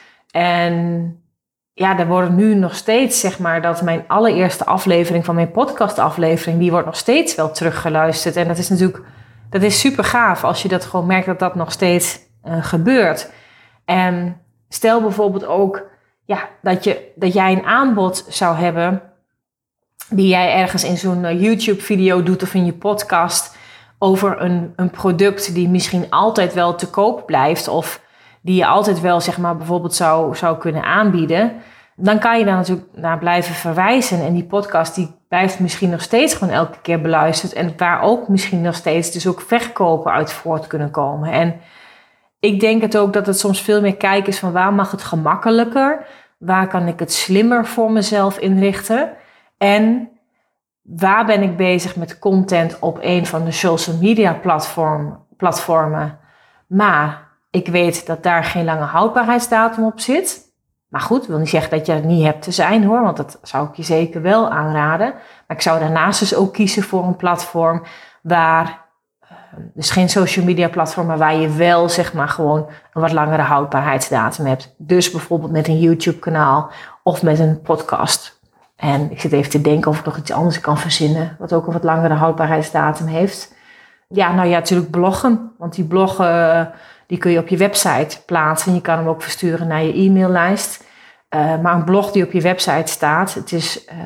En ja, er worden nu nog steeds, zeg maar, dat mijn allereerste aflevering van mijn podcastaflevering, die wordt nog steeds wel teruggeluisterd. En dat is natuurlijk, dat is super gaaf als je dat gewoon merkt dat dat nog steeds uh, gebeurt. En stel bijvoorbeeld ook, ja, dat je, dat jij een aanbod zou hebben die jij ergens in zo'n YouTube-video doet of in je podcast over een, een product die misschien altijd wel te koop blijft of die je altijd wel, zeg maar, bijvoorbeeld zou, zou kunnen aanbieden, dan kan je daar natuurlijk naar blijven verwijzen. En die podcast die blijft misschien nog steeds gewoon elke keer beluisterd en waar ook misschien nog steeds dus ook verkopen uit voort kunnen komen. En ik denk het ook dat het soms veel meer kijken is van waar mag het gemakkelijker, waar kan ik het slimmer voor mezelf inrichten. En waar ben ik bezig met content op een van de social media platform, platformen. Maar ik weet dat daar geen lange houdbaarheidsdatum op zit. Maar goed, wil niet zeggen dat je het niet hebt te zijn hoor. Want dat zou ik je zeker wel aanraden. Maar ik zou daarnaast dus ook kiezen voor een platform waar, dus geen social media platform, maar waar je wel, zeg maar, gewoon een wat langere houdbaarheidsdatum hebt. Dus bijvoorbeeld met een YouTube kanaal of met een podcast. En ik zit even te denken of ik nog iets anders kan verzinnen, wat ook een wat langere houdbaarheidsdatum heeft. Ja, nou ja, natuurlijk bloggen. Want die bloggen, die kun je op je website plaatsen. Je kan hem ook versturen naar je e-maillijst. Uh, maar een blog die op je website staat, het is, uh,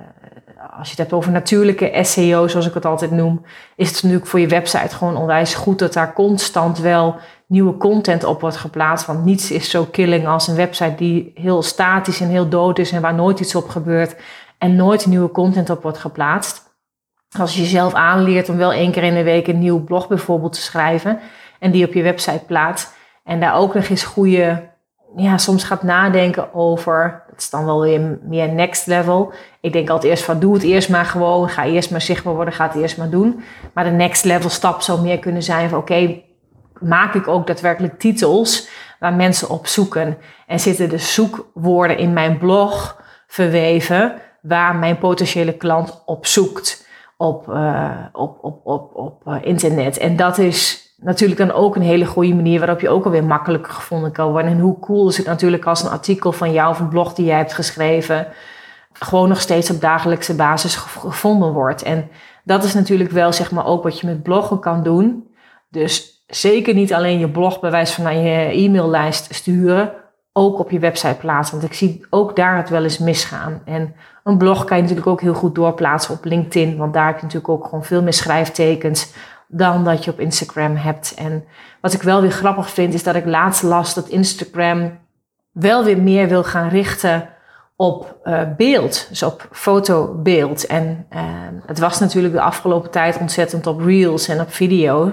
als je het hebt over natuurlijke S E O, zoals ik het altijd noem, is het natuurlijk voor je website gewoon onwijs goed dat daar constant wel nieuwe content op wordt geplaatst. Want niets is zo killing als een website die heel statisch en heel dood is en waar nooit iets op gebeurt en nooit nieuwe content op wordt geplaatst. Als je jezelf aanleert om wel één keer in de week een nieuw blog bijvoorbeeld te schrijven en die op je website plaatst en daar ook nog eens goede, ja, soms gaat nadenken over, het is dan wel weer meer next level. Ik denk altijd eerst van doe het eerst maar gewoon, ga eerst maar zichtbaar worden, ga het eerst maar doen. Maar de next level stap zou meer kunnen zijn van oké, okay, maak ik ook daadwerkelijk titels waar mensen op zoeken en zitten de zoekwoorden in mijn blog verweven waar mijn potentiële klant op zoekt op, uh, op, op, op, op uh, internet. En dat is natuurlijk dan ook een hele goede manier waarop je ook alweer makkelijker gevonden kan worden. En hoe cool is het natuurlijk als een artikel van jou of een blog die jij hebt geschreven gewoon nog steeds op dagelijkse basis gevonden wordt. En dat is natuurlijk wel, zeg maar, ook wat je met bloggen kan doen. Dus zeker niet alleen je blog bij wijze van naar je e-maillijst sturen, ook op je website plaatsen. Want ik zie ook daar het wel eens misgaan. En een blog kan je natuurlijk ook heel goed doorplaatsen op LinkedIn, want daar heb je natuurlijk ook gewoon veel meer schrijftekens dan dat je op Instagram hebt. En wat ik wel weer grappig vind, is dat ik laatst las dat Instagram wel weer meer wil gaan richten op uh, beeld, dus op fotobeeld. En uh, het was natuurlijk de afgelopen tijd ontzettend op reels en op video.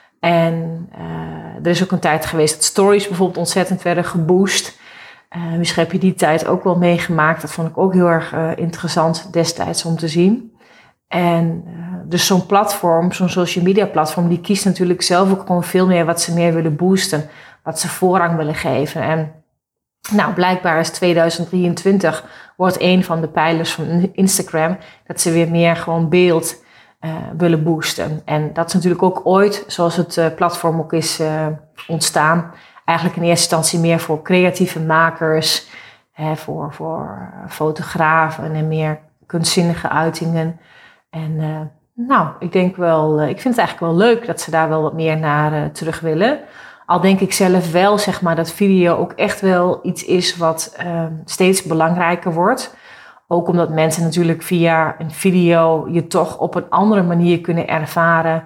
En uh, er is ook een tijd geweest dat stories bijvoorbeeld ontzettend werden geboost. Uh, misschien heb je die tijd ook wel meegemaakt. Dat vond ik ook heel erg uh, interessant destijds om te zien. En uh, dus zo'n platform, zo'n social media platform, die kiest natuurlijk zelf ook gewoon veel meer wat ze meer willen boosten. Wat ze voorrang willen geven. En nou, blijkbaar is tweeduizend drieëntwintig wordt een van de pijlers van Instagram dat ze weer meer gewoon beeld uh, willen boosten. En dat is natuurlijk ook ooit, zoals het uh, platform ook is uh, ontstaan, eigenlijk in eerste instantie meer voor creatieve makers, hè, voor, voor fotografen en meer kunstzinnige uitingen. En uh, nou, ik denk wel, uh, ik vind het eigenlijk wel leuk dat ze daar wel wat meer naar uh, terug willen. Al denk ik zelf wel, zeg maar, dat video ook echt wel iets is wat uh, steeds belangrijker wordt. Ook omdat mensen natuurlijk via een video je toch op een andere manier kunnen ervaren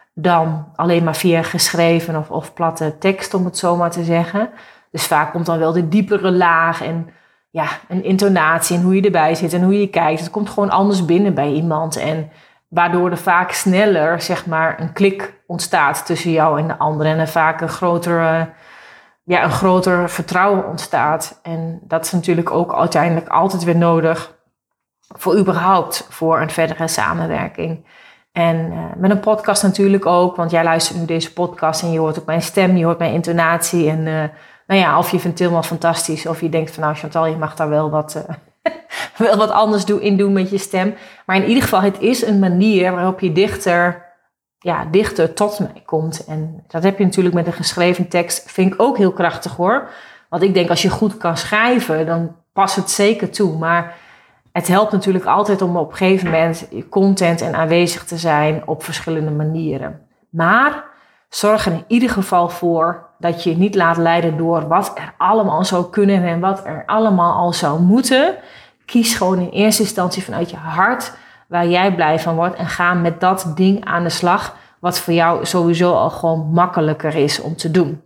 dan alleen maar via geschreven of, of platte tekst, om het zo maar te zeggen. Dus vaak komt dan wel de diepere laag en ja, een intonatie en hoe je erbij zit en hoe je kijkt. Het komt gewoon anders binnen bij iemand en waardoor er vaak sneller, zeg maar, een klik ontstaat tussen jou en de ander. En er vaak een groter, ja, een groter vertrouwen ontstaat. En dat is natuurlijk ook uiteindelijk altijd weer nodig voor überhaupt voor een verdere samenwerking. En uh, met een podcast natuurlijk ook, want jij luistert nu deze podcast en je hoort ook mijn stem, je hoort mijn intonatie. En uh, nou ja, of je vindt het helemaal fantastisch of je denkt van nou Chantal, je mag daar wel wat... Uh, wel wat anders doen, in doen met je stem. Maar in ieder geval, het is een manier waarop je dichter, ja, dichter tot mij komt. En dat heb je natuurlijk met een geschreven tekst. Vind ik ook heel krachtig hoor. Want ik denk, als je goed kan schrijven, dan past het zeker toe. Maar het helpt natuurlijk altijd om op een gegeven moment content en aanwezig te zijn op verschillende manieren. Maar zorg er in ieder geval voor dat je je niet laat leiden door wat er allemaal zou kunnen en wat er allemaal al zou moeten. Kies gewoon in eerste instantie vanuit je hart waar jij blij van wordt en ga met dat ding aan de slag wat voor jou sowieso al gewoon makkelijker is om te doen.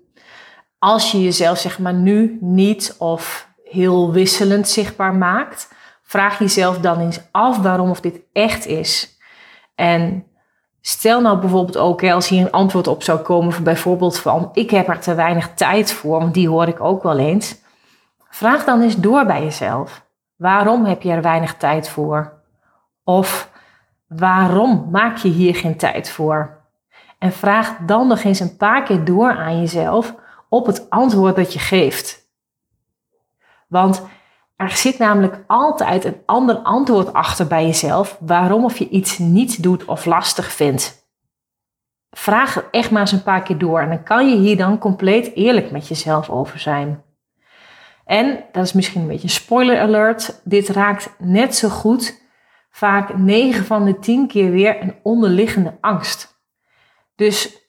Als je jezelf zeg maar nu niet of heel wisselend zichtbaar maakt, vraag jezelf dan eens af waarom of dit echt is. En stel nou bijvoorbeeld ook, als hier een antwoord op zou komen van bijvoorbeeld van ik heb er te weinig tijd voor, want die hoor ik ook wel eens. Vraag dan eens door bij jezelf. Waarom heb je er weinig tijd voor? Of waarom maak je hier geen tijd voor? En vraag dan nog eens een paar keer door aan jezelf op het antwoord dat je geeft. Want er zit namelijk altijd een ander antwoord achter bij jezelf waarom of je iets niet doet of lastig vindt. Vraag het echt maar eens een paar keer door en dan kan je hier dan compleet eerlijk met jezelf over zijn. En, dat is misschien een beetje een spoiler alert, dit raakt net zo goed vaak negen van de tien keer weer een onderliggende angst. Dus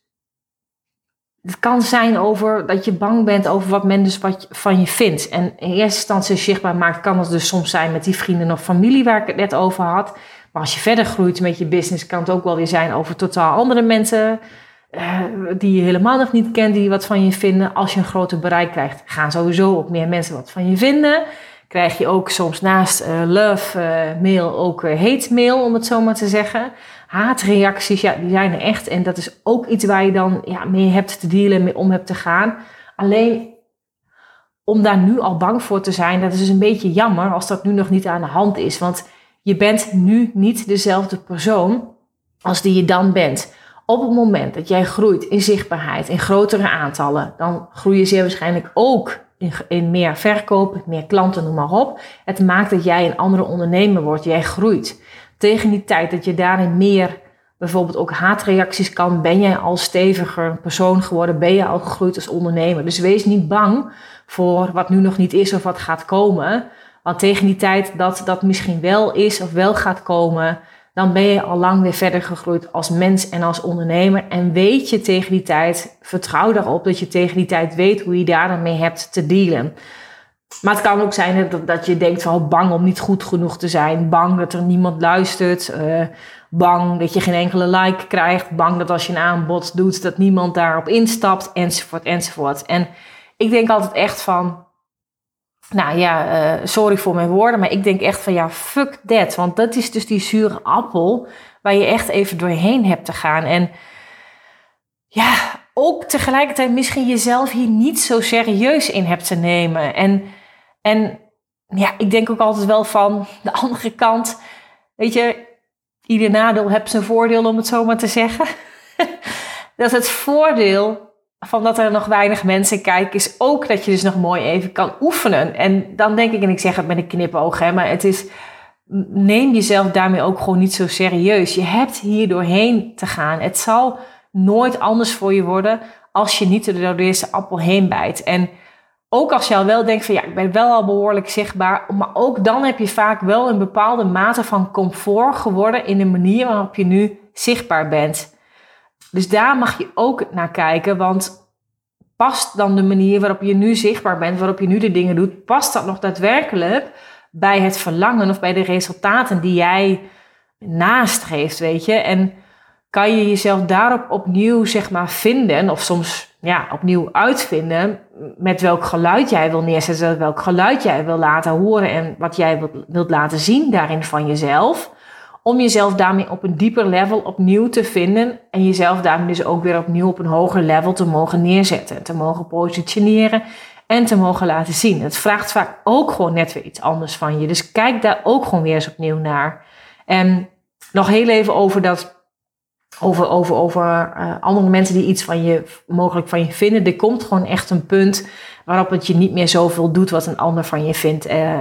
het kan zijn over dat je bang bent over wat men dus wat van je vindt. En in eerste instantie zichtbaar maakt, kan het dus soms zijn met die vrienden of familie waar ik het net over had. Maar als je verder groeit met je business, kan het ook wel weer zijn over totaal andere mensen uh, die je helemaal nog niet kent, die wat van je vinden. Als je een groter bereik krijgt, gaan sowieso ook meer mensen wat van je vinden. Krijg je ook soms naast uh, love uh, mail ook uh, hate mail, om het zo maar te zeggen. Haatreacties, ja, die zijn er echt. En dat is ook iets waar je dan ja, mee hebt te dealen, mee om hebt te gaan. Alleen om daar nu al bang voor te zijn, dat is dus een beetje jammer als dat nu nog niet aan de hand is. Want je bent nu niet dezelfde persoon als die je dan bent. Op het moment dat jij groeit in zichtbaarheid, in grotere aantallen, dan groei je zeer waarschijnlijk ook in, in meer verkoop, meer klanten, noem maar op. Het maakt dat jij een andere ondernemer wordt, jij groeit. Tegen die tijd dat je daarin meer bijvoorbeeld ook haatreacties kan, ben jij al steviger persoon geworden, ben je al gegroeid als ondernemer. Dus wees niet bang voor wat nu nog niet is of wat gaat komen. Want tegen die tijd dat dat misschien wel is of wel gaat komen, dan ben je al lang weer verder gegroeid als mens en als ondernemer. En weet je tegen die tijd, vertrouw daarop dat je tegen die tijd weet hoe je daar dan mee hebt te dealen. Maar het kan ook zijn dat, dat je denkt van bang om niet goed genoeg te zijn. Bang dat er niemand luistert. Uh, bang dat je geen enkele like krijgt. Bang dat als je een aanbod doet dat niemand daarop instapt. Enzovoort, enzovoort. En ik denk altijd echt van... Nou ja, uh, sorry voor mijn woorden. Maar ik denk echt van ja, fuck that. Want dat is dus die zure appel waar je echt even doorheen hebt te gaan. En ja, ook tegelijkertijd misschien jezelf hier niet zo serieus in hebt te nemen. En... En ja, ik denk ook altijd wel van de andere kant, weet je, ieder nadeel heeft zijn voordeel om het zo maar te zeggen. Dat het voordeel van dat er nog weinig mensen kijken is ook dat je dus nog mooi even kan oefenen. En dan denk ik, en ik zeg het met een knipoog, hè, maar het is, neem jezelf daarmee ook gewoon niet zo serieus. Je hebt hier doorheen te gaan. Het zal nooit anders voor je worden als je niet door deze appel heen bijt. En ook als je al wel denkt van ja, ik ben wel al behoorlijk zichtbaar. Maar ook dan heb je vaak wel een bepaalde mate van comfort geworden in de manier waarop je nu zichtbaar bent. Dus daar mag je ook naar kijken. Want past dan de manier waarop je nu zichtbaar bent, waarop je nu de dingen doet, past dat nog daadwerkelijk bij het verlangen of bij de resultaten die jij nastreeft, weet je? En kan je jezelf daarop opnieuw zeg maar vinden of soms ja, opnieuw uitvinden met welk geluid jij wil neerzetten, welk geluid jij wil laten horen en wat jij wilt, wilt laten zien daarin van jezelf. Om jezelf daarmee op een dieper level opnieuw te vinden en jezelf daarmee dus ook weer opnieuw op een hoger level te mogen neerzetten, te mogen positioneren en te mogen laten zien. Het vraagt vaak ook gewoon net weer iets anders van je. Dus kijk daar ook gewoon weer eens opnieuw naar. En nog heel even over dat Over, over, over uh, andere mensen die iets van je, mogelijk van je vinden. Er komt gewoon echt een punt waarop het je niet meer zoveel doet wat een ander van je vindt. Uh,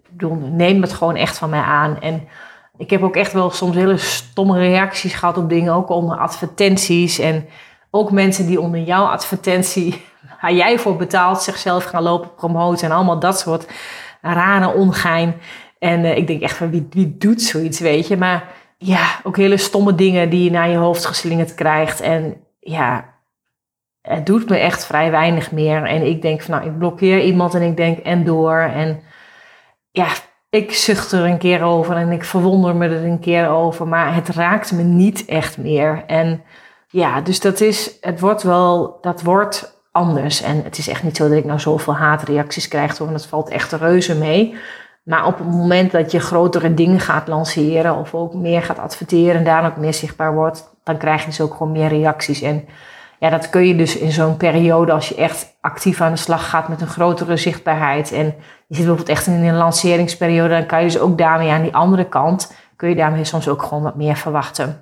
neem het gewoon echt van mij aan. En ik heb ook echt wel soms hele stomme reacties gehad op dingen, ook onder advertenties. En ook mensen die onder jouw advertentie, waar jij voor betaalt, zichzelf gaan lopen promoten en allemaal dat soort rare ongein. En uh, ik denk echt van wie, wie doet zoiets, weet je. Maar ja, ook hele stomme dingen die je naar je hoofd geslingerd krijgt. En ja, het doet me echt vrij weinig meer. En ik denk van, nou, ik blokkeer iemand en ik denk en door. En ja, ik zucht er een keer over en ik verwonder me er een keer over. Maar het raakt me niet echt meer. En ja, dus dat is, het wordt wel, dat wordt anders. En het is echt niet zo dat ik nou zoveel haatreacties krijg, want het valt echt reuze mee. Maar op het moment dat je grotere dingen gaat lanceren of ook meer gaat adverteren en daar ook meer zichtbaar wordt, dan krijg je dus ook gewoon meer reacties. En ja, dat kun je dus in zo'n periode als je echt actief aan de slag gaat met een grotere zichtbaarheid. En je zit bijvoorbeeld echt in een lanceringsperiode, dan kan je dus ook daarmee aan die andere kant, kun je daarmee soms ook gewoon wat meer verwachten.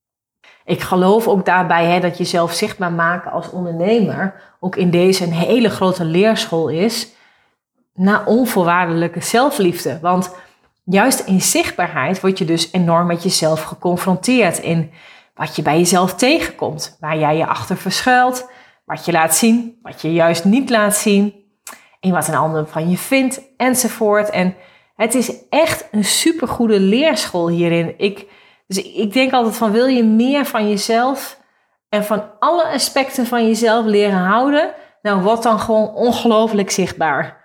Ik geloof ook daarbij hè, dat jezelf zichtbaar maken als ondernemer ook in deze een hele grote leerschool is naar onvoorwaardelijke zelfliefde. Want juist in zichtbaarheid word je dus enorm met jezelf geconfronteerd in wat je bij jezelf tegenkomt, waar jij je achter verschuilt, wat je laat zien, wat je juist niet laat zien, en wat een ander van je vindt, enzovoort. En het is echt een supergoede leerschool hierin. Ik, dus ik denk altijd van, wil je meer van jezelf en van alle aspecten van jezelf leren houden, nou, word dan gewoon ongelooflijk zichtbaar.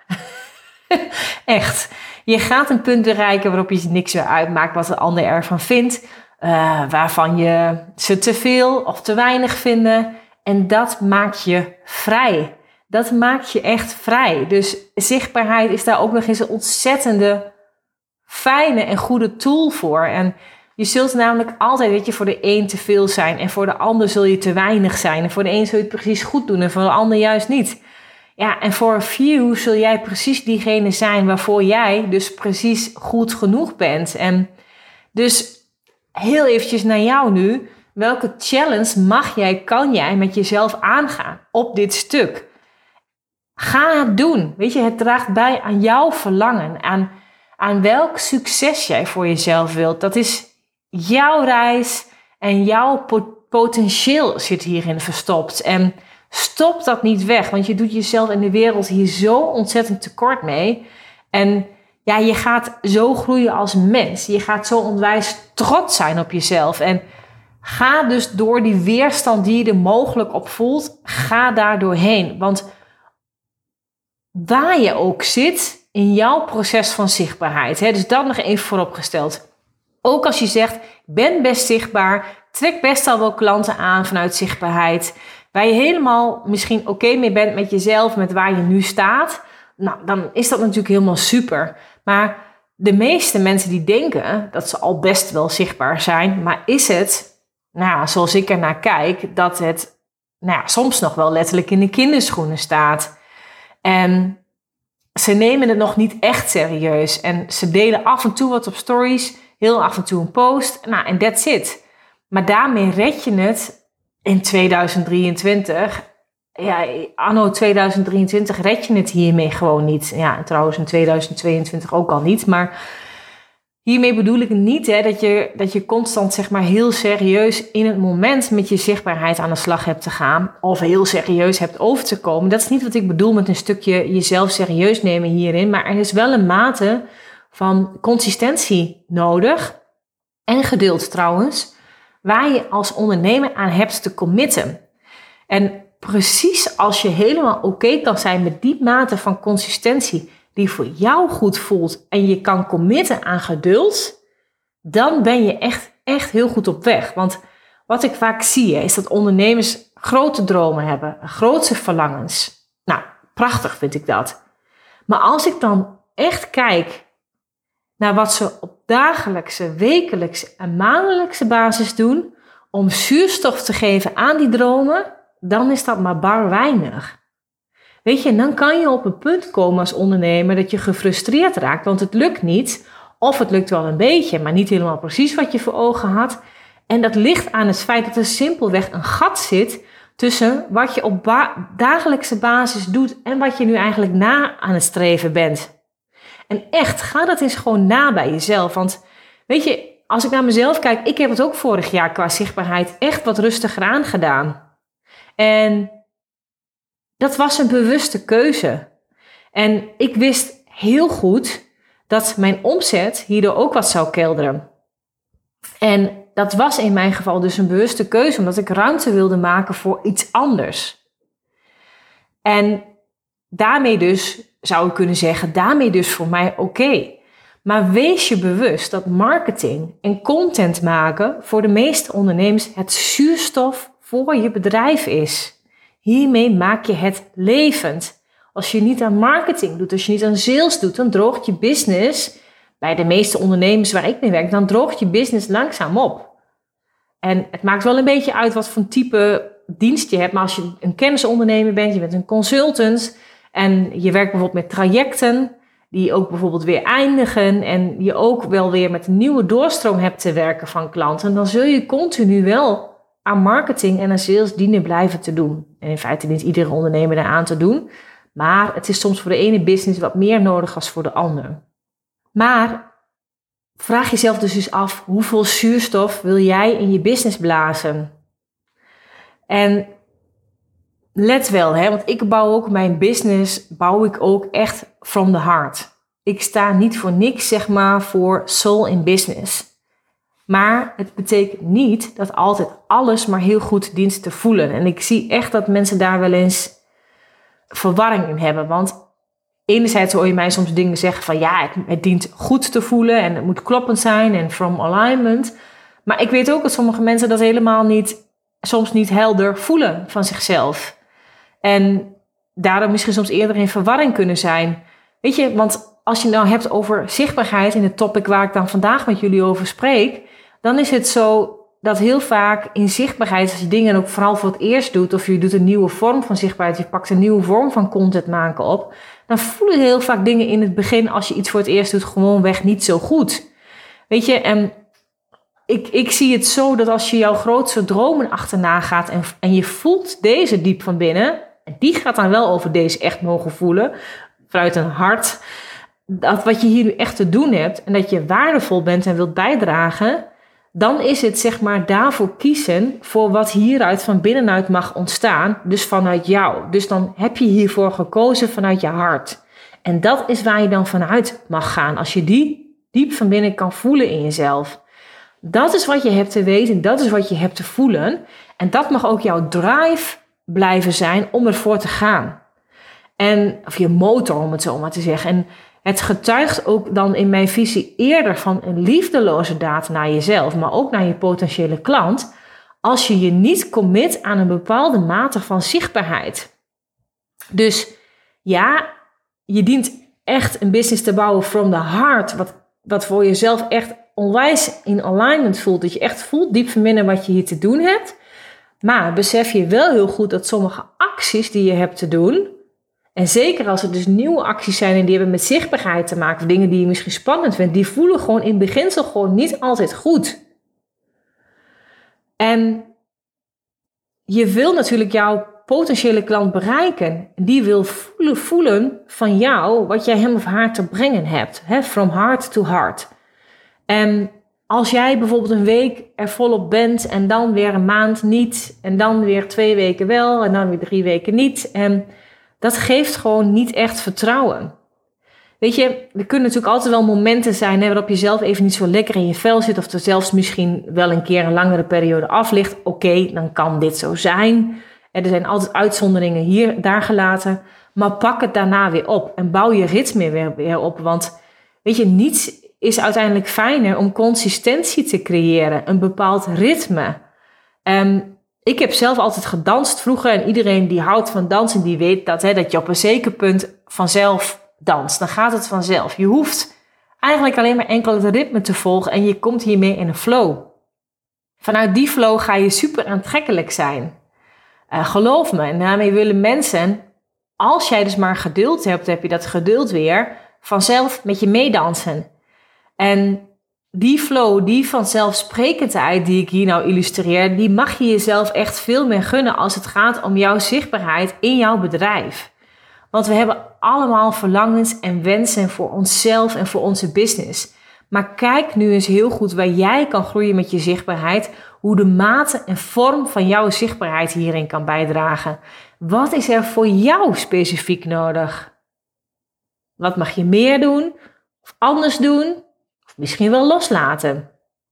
Echt. Je gaat een punt bereiken waarop je niks meer uitmaakt wat de ander ervan vindt. Uh, waarvan je ze te veel of te weinig vinden. En dat maakt je vrij. Dat maakt je echt vrij. Dus zichtbaarheid is daar ook nog eens een ontzettende fijne en goede tool voor. En je zult namelijk altijd, weet je, voor de een te veel zijn. En voor de ander zul je te weinig zijn. En voor de een zul je het precies goed doen en voor de ander juist niet. Ja, en voor een few zul jij precies diegene zijn waarvoor jij dus precies goed genoeg bent. En dus heel eventjes naar jou nu. Welke challenge mag jij, kan jij met jezelf aangaan op dit stuk? Ga het doen. Weet je, het draagt bij aan jouw verlangen. Aan, aan welk succes jij voor jezelf wilt. Dat is jouw reis en jouw potentieel zit hierin verstopt. En stop dat niet weg, want je doet jezelf in de wereld hier zo ontzettend tekort mee. En ja, je gaat zo groeien als mens. Je gaat zo onwijs trots zijn op jezelf. En ga dus door die weerstand die je er mogelijk op voelt, ga daar doorheen. Want waar je ook zit in jouw proces van zichtbaarheid. Hè? Dus dat nog even vooropgesteld. Ook als je zegt, ik ben best zichtbaar, trek best al wel klanten aan vanuit zichtbaarheid, waar je helemaal misschien oké okay mee bent met jezelf, met waar je nu staat, nou, dan is dat natuurlijk helemaal super. Maar de meeste mensen die denken dat ze al best wel zichtbaar zijn, maar is het, nou, zoals ik ernaar kijk, dat het nou ja, soms nog wel letterlijk in de kinderschoenen staat. En ze nemen het nog niet echt serieus. En ze delen af en toe wat op stories, heel af en toe een post. Nou, en that's it. Maar daarmee red je het in tweeduizend drieëntwintig. Ja, anno tweeduizend drieëntwintig red je het hiermee gewoon niet. Ja, en trouwens in tweeduizend tweeëntwintig ook al niet. Maar hiermee bedoel ik niet hè, dat, je, dat je constant zeg maar, heel serieus in het moment met je zichtbaarheid aan de slag hebt te gaan. Of heel serieus hebt over te komen. Dat is niet wat ik bedoel met een stukje jezelf serieus nemen hierin. Maar er is wel een mate van consistentie nodig. En geduld trouwens. Waar je als ondernemer aan hebt te committen. En precies als je helemaal oké kan zijn met die mate van consistentie die voor jou goed voelt en je kan committen aan geduld, dan ben je echt, echt heel goed op weg. Want wat ik vaak zie is dat ondernemers grote dromen hebben, grootse verlangens. Nou, prachtig vind ik dat. Maar als ik dan echt kijk naar wat ze op dagelijkse, wekelijkse en maandelijkse basis doen om zuurstof te geven aan die dromen, dan is dat maar bar weinig. Weet je, dan kan je op een punt komen als ondernemer dat je gefrustreerd raakt, want het lukt niet. Of het lukt wel een beetje, maar niet helemaal precies wat je voor ogen had. En dat ligt aan het feit dat er simpelweg een gat zit tussen wat je op ba- dagelijkse basis doet en wat je nu eigenlijk na aan het streven bent. En echt, ga dat eens gewoon na bij jezelf. Want weet je, als ik naar mezelf kijk, ik heb het ook vorig jaar qua zichtbaarheid echt wat rustiger aangedaan. En dat was een bewuste keuze. En ik wist heel goed dat mijn omzet hierdoor ook wat zou kelderen. En dat was in mijn geval dus een bewuste keuze, omdat ik ruimte wilde maken voor iets anders. En daarmee dus, zou ik kunnen zeggen, daarmee dus voor mij oké. Okay. Maar wees je bewust dat marketing en content maken voor de meeste ondernemers het zuurstof voor je bedrijf is. Hiermee maak je het levend. Als je niet aan marketing doet, als je niet aan sales doet, dan droogt je business, bij de meeste ondernemers waar ik mee werk, dan droogt je business langzaam op. En het maakt wel een beetje uit wat voor type dienst je hebt, maar als je een kennisondernemer bent, je bent een consultant en je werkt bijvoorbeeld met trajecten die ook bijvoorbeeld weer eindigen en je ook wel weer met een nieuwe doorstroom hebt te werken van klanten, dan zul je continu wel aan marketing en aan sales dienen blijven te doen. En in feite niet iedere ondernemer daar aan te doen. Maar het is soms voor de ene business wat meer nodig als voor de andere. Maar vraag jezelf dus eens af, hoeveel zuurstof wil jij in je business blazen? En let wel, hè, want ik bouw ook mijn business, bouw ik ook echt from the heart. Ik sta niet voor niks, zeg maar, voor soul in business. Maar het betekent niet dat altijd alles maar heel goed dient te voelen. En ik zie echt dat mensen daar wel eens verwarring in hebben. Want enerzijds hoor je mij soms dingen zeggen van ja, het, het dient goed te voelen en het moet kloppend zijn en from alignment. Maar ik weet ook dat sommige mensen dat helemaal niet, soms niet helder voelen van zichzelf. En daardoor misschien soms eerder in verwarring kunnen zijn. Weet je, want als je nou hebt over zichtbaarheid in het topic waar ik dan vandaag met jullie over spreek, dan is het zo dat heel vaak in zichtbaarheid, als je dingen ook vooral voor het eerst doet, of je doet een nieuwe vorm van zichtbaarheid, je pakt een nieuwe vorm van content maken op, dan voelen heel vaak dingen in het begin, als je iets voor het eerst doet, gewoonweg niet zo goed. Weet je, en ik, ik zie het zo dat als je jouw grootste dromen achterna gaat en, en je voelt deze diep van binnen, en die gaat dan wel over deze echt mogen voelen, vanuit een hart, dat wat je hier nu echt te doen hebt en dat je waardevol bent en wilt bijdragen, dan is het zeg maar daarvoor kiezen voor wat hieruit van binnenuit mag ontstaan, dus vanuit jou. Dus dan heb je hiervoor gekozen vanuit je hart. En dat is waar je dan vanuit mag gaan, als je die diep van binnen kan voelen in jezelf. Dat is wat je hebt te weten, dat is wat je hebt te voelen. En dat mag ook jouw drive blijven zijn om ervoor te gaan. En, of je motor, om het zo maar te zeggen. En het getuigt ook dan in mijn visie eerder van een liefdeloze daad naar jezelf, maar ook naar je potentiële klant, als je je niet commit aan een bepaalde mate van zichtbaarheid. Dus ja, je dient echt een business te bouwen from the heart, wat, wat voor jezelf echt onwijs in alignment voelt, dat je echt voelt diep van binnen wat je hier te doen hebt. Maar besef je wel heel goed dat sommige acties die je hebt te doen, en zeker als er dus nieuwe acties zijn en die hebben met zichtbaarheid te maken, of dingen die je misschien spannend vindt, die voelen gewoon in beginsel gewoon niet altijd goed. En je wil natuurlijk jouw potentiële klant bereiken. Die wil voelen, voelen van jou wat jij hem of haar te brengen hebt. Hè? From heart to heart. En als jij bijvoorbeeld een week er volop bent en dan weer een maand niet, en dan weer twee weken wel en dan weer drie weken niet, en dat geeft gewoon niet echt vertrouwen. Weet je, er kunnen natuurlijk altijd wel momenten zijn hè, waarop je zelf even niet zo lekker in je vel zit, of er zelfs misschien wel een keer een langere periode af ligt. Oké, okay, dan kan dit zo zijn. Er zijn altijd uitzonderingen hier, daar gelaten. Maar pak het daarna weer op en bouw je ritme weer, weer op. Want weet je, niets is uiteindelijk fijner om consistentie te creëren. Een bepaald ritme. Um, ik heb zelf altijd gedanst vroeger. En iedereen die houdt van dansen, die weet dat, hè, dat je op een zeker punt vanzelf danst. Dan gaat het vanzelf. Je hoeft eigenlijk alleen maar enkel het ritme te volgen. En je komt hiermee in een flow. Vanuit die flow ga je super aantrekkelijk zijn. Uh, geloof me. En daarmee willen mensen, als jij dus maar geduld hebt, heb je dat geduld weer, vanzelf met je meedansen. En die flow, die vanzelfsprekendheid die ik hier nou illustreer, die mag je jezelf echt veel meer gunnen als het gaat om jouw zichtbaarheid in jouw bedrijf. Want we hebben allemaal verlangens en wensen voor onszelf en voor onze business. Maar kijk nu eens heel goed waar jij kan groeien met je zichtbaarheid, hoe de mate en vorm van jouw zichtbaarheid hierin kan bijdragen. Wat is er voor jou specifiek nodig? Wat mag je meer doen of anders doen? Of misschien wel loslaten?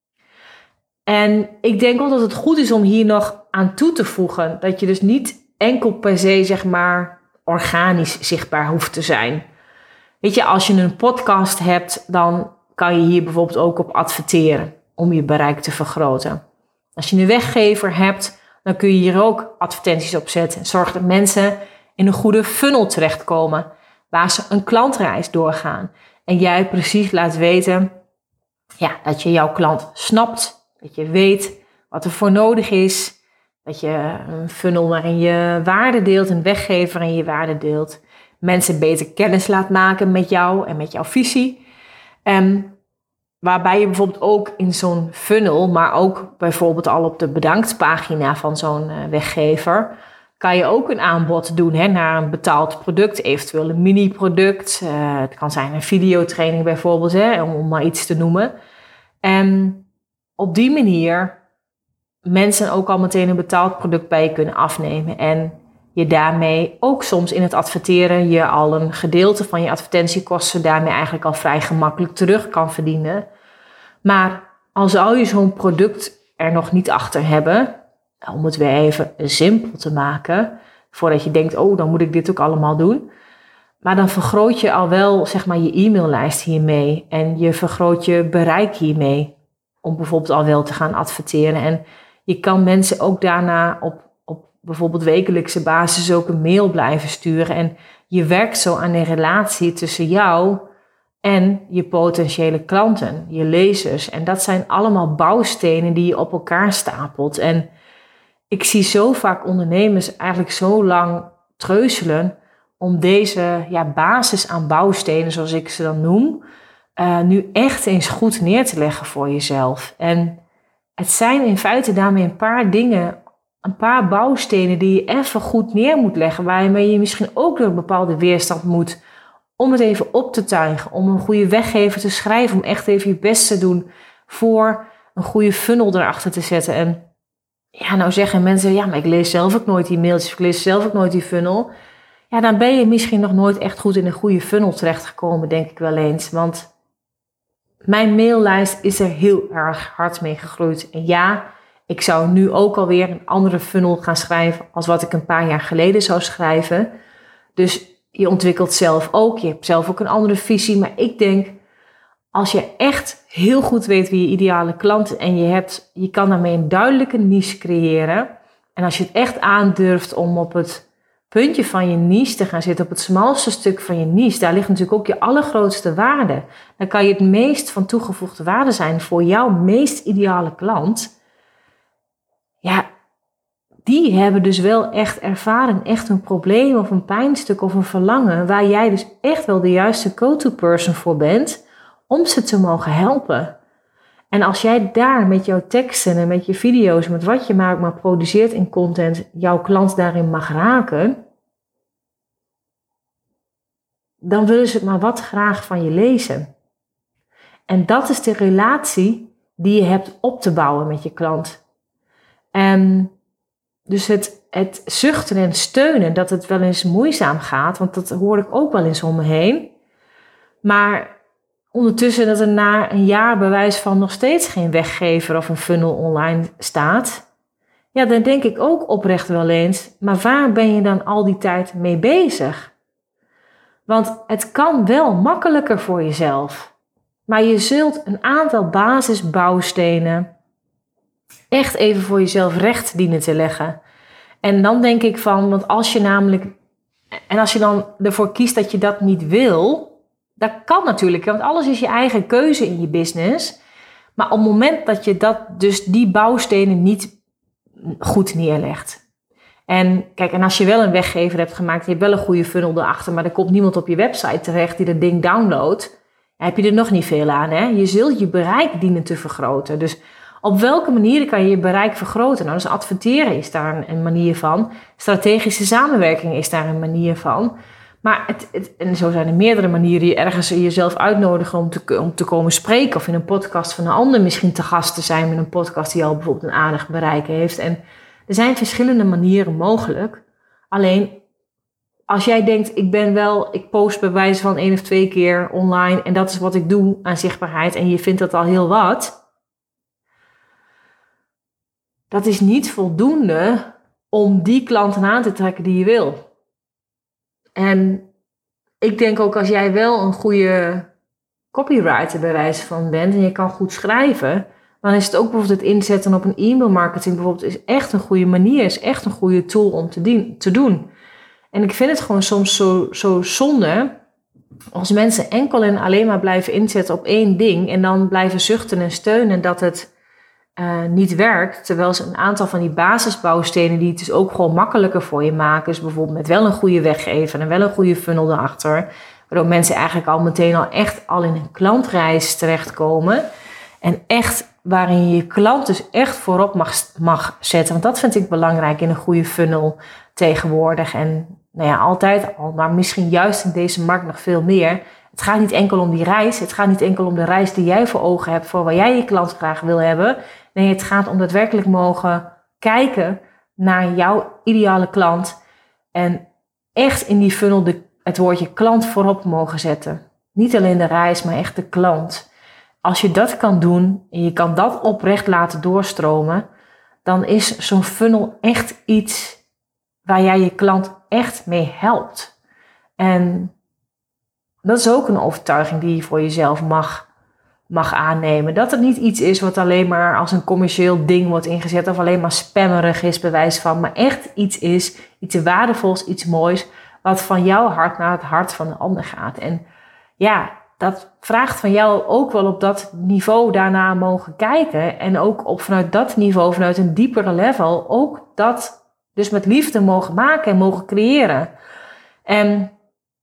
En ik denk ook dat het goed is om hier nog aan toe te voegen, dat je dus niet enkel per se, zeg maar, organisch zichtbaar hoeft te zijn. Weet je, als je een podcast hebt, dan kan je hier bijvoorbeeld ook op adverteren om je bereik te vergroten. Als je een weggever hebt, dan kun je hier ook advertenties op zetten. Zorg dat mensen in een goede funnel terechtkomen, waar ze een klantreis doorgaan. En jij precies laat weten ja, dat je jouw klant snapt, dat je weet wat er voor nodig is, dat je een funnel waarin je waarde deelt, een weggever en je waarde deelt. Mensen beter kennis laat maken met jou en met jouw visie. En waarbij je bijvoorbeeld ook in zo'n funnel, maar ook bijvoorbeeld al op de bedanktpagina van zo'n weggever, kan je ook een aanbod doen hè, naar een betaald product, eventueel een mini-product. Uh, het kan zijn een videotraining bijvoorbeeld, hè, om maar iets te noemen. En op die manier mensen ook al meteen een betaald product bij je kunnen afnemen. En je daarmee ook soms in het adverteren je al een gedeelte van je advertentiekosten daarmee eigenlijk al vrij gemakkelijk terug kan verdienen. Maar al zou je zo'n product er nog niet achter hebben, om het weer even simpel te maken, voordat je denkt, oh, dan moet ik dit ook allemaal doen. Maar dan vergroot je al wel, zeg maar, je e-maillijst hiermee en je vergroot je bereik hiermee, om bijvoorbeeld al wel te gaan adverteren. En je kan mensen ook daarna op, op bijvoorbeeld wekelijkse basis ook een mail blijven sturen. En je werkt zo aan de relatie tussen jou en je potentiële klanten, je lezers. En dat zijn allemaal bouwstenen die je op elkaar stapelt. En ik zie zo vaak ondernemers eigenlijk zo lang treuzelen om deze ja, basis aan bouwstenen, zoals ik ze dan noem, uh, nu echt eens goed neer te leggen voor jezelf. En het zijn in feite daarmee een paar dingen, een paar bouwstenen die je even goed neer moet leggen, waarmee je misschien ook door een bepaalde weerstand moet, om het even op te tuigen, om een goede weggever te schrijven, om echt even je best te doen voor een goede funnel erachter te zetten. En ja, nou zeggen mensen, ja, maar ik lees zelf ook nooit die mailtjes, ik lees zelf ook nooit die funnel. Ja, dan ben je misschien nog nooit echt goed in een goede funnel terechtgekomen, denk ik wel eens. Want mijn maillijst is er heel erg hard mee gegroeid. En ja, ik zou nu ook alweer een andere funnel gaan schrijven als wat ik een paar jaar geleden zou schrijven. Dus je ontwikkelt zelf ook. Je hebt zelf ook een andere visie. Maar ik denk, als je echt heel goed weet wie je ideale klant is en je, hebt, je kan daarmee een duidelijke niche creëren. En als je het echt aandurft om op het puntje van je niche te gaan zitten, op het smalste stuk van je niche, daar ligt natuurlijk ook je allergrootste waarde. Dan kan je het meest van toegevoegde waarde zijn voor jouw meest ideale klant. Ja, die hebben dus wel echt ervaren, echt een probleem of een pijnstuk of een verlangen, waar jij dus echt wel de juiste go-to person voor bent, om ze te mogen helpen. En als jij daar met jouw teksten en met je video's, met wat je maar ook maar produceert in content, jouw klant daarin mag raken, dan willen ze het maar wat graag van je lezen. En dat is de relatie die je hebt op te bouwen met je klant. En dus het, het zuchten en steunen, dat het wel eens moeizaam gaat, want dat hoor ik ook wel eens om me heen. Maar ondertussen dat er na een jaar bewijs van nog steeds geen weggever of een funnel online staat, ja, dan denk ik ook oprecht wel eens, maar waar ben je dan al die tijd mee bezig? Want het kan wel makkelijker voor jezelf, maar je zult een aantal basisbouwstenen echt even voor jezelf recht dienen te leggen. En dan denk ik van, want als je namelijk, en als je dan ervoor kiest dat je dat niet wil, dat kan natuurlijk, want alles is je eigen keuze in je business. Maar op het moment dat je dat, dus die bouwstenen niet goed neerlegt. En kijk, en als je wel een weggever hebt gemaakt, je hebt wel een goede funnel erachter, maar er komt niemand op je website terecht die dat ding downloadt, dan heb je er nog niet veel aan. Hè? Je zult je bereik dienen te vergroten. Dus op welke manieren kan je je bereik vergroten? Nou, dus adverteren is daar een manier van. Strategische samenwerking is daar een manier van. Maar het, het, en zo zijn er meerdere manieren. Je ergens jezelf uitnodigen om te, om te komen spreken. Of in een podcast van een ander misschien te gast te zijn met een podcast die al bijvoorbeeld een aardig bereik heeft. En er zijn verschillende manieren mogelijk. Alleen als jij denkt, ik ben wel, ik post bij wijze van één of twee keer online en dat is wat ik doe aan zichtbaarheid en je vindt dat al heel wat. Dat is niet voldoende om die klanten aan te trekken die je wil. En ik denk ook als jij wel een goede copywriter bij wijze van bent en je kan goed schrijven, dan is het ook bijvoorbeeld het inzetten op een e-mail marketing bijvoorbeeld is echt een goede manier, is echt een goede tool om te, dien, te doen. En ik vind het gewoon soms zo, zo zonde als mensen enkel en alleen maar blijven inzetten op één ding en dan blijven zuchten en steunen dat het uh, niet werkt. Terwijl ze een aantal van die basisbouwstenen die het dus ook gewoon makkelijker voor je maken. Dus bijvoorbeeld met wel een goede weggever en wel een goede funnel erachter. Waardoor mensen eigenlijk al meteen al echt al in een klantreis terechtkomen. En echt waarin je je klant dus echt voorop mag, mag zetten. Want dat vind ik belangrijk in een goede funnel tegenwoordig. En nou ja, altijd al, maar misschien juist in deze markt nog veel meer. Het gaat niet enkel om die reis. Het gaat niet enkel om de reis die jij voor ogen hebt, voor waar jij je klant graag wil hebben. Nee, het gaat om daadwerkelijk mogen kijken naar jouw ideale klant. En echt in die funnel de, het woordje klant voorop mogen zetten. Niet alleen de reis, maar echt de klant. Als je dat kan doen en je kan dat oprecht laten doorstromen, dan is zo'n funnel echt iets waar jij je klant echt mee helpt. En dat is ook een overtuiging die je voor jezelf mag, mag aannemen. Dat het niet iets is wat alleen maar als een commercieel ding wordt ingezet of alleen maar spammerig is bij wijze van, maar echt iets is, iets waardevols, iets moois, wat van jouw hart naar het hart van de ander gaat. En ja, dat vraagt van jou ook wel op dat niveau daarna mogen kijken en ook op vanuit dat niveau, vanuit een diepere level, ook dat dus met liefde mogen maken en mogen creëren. En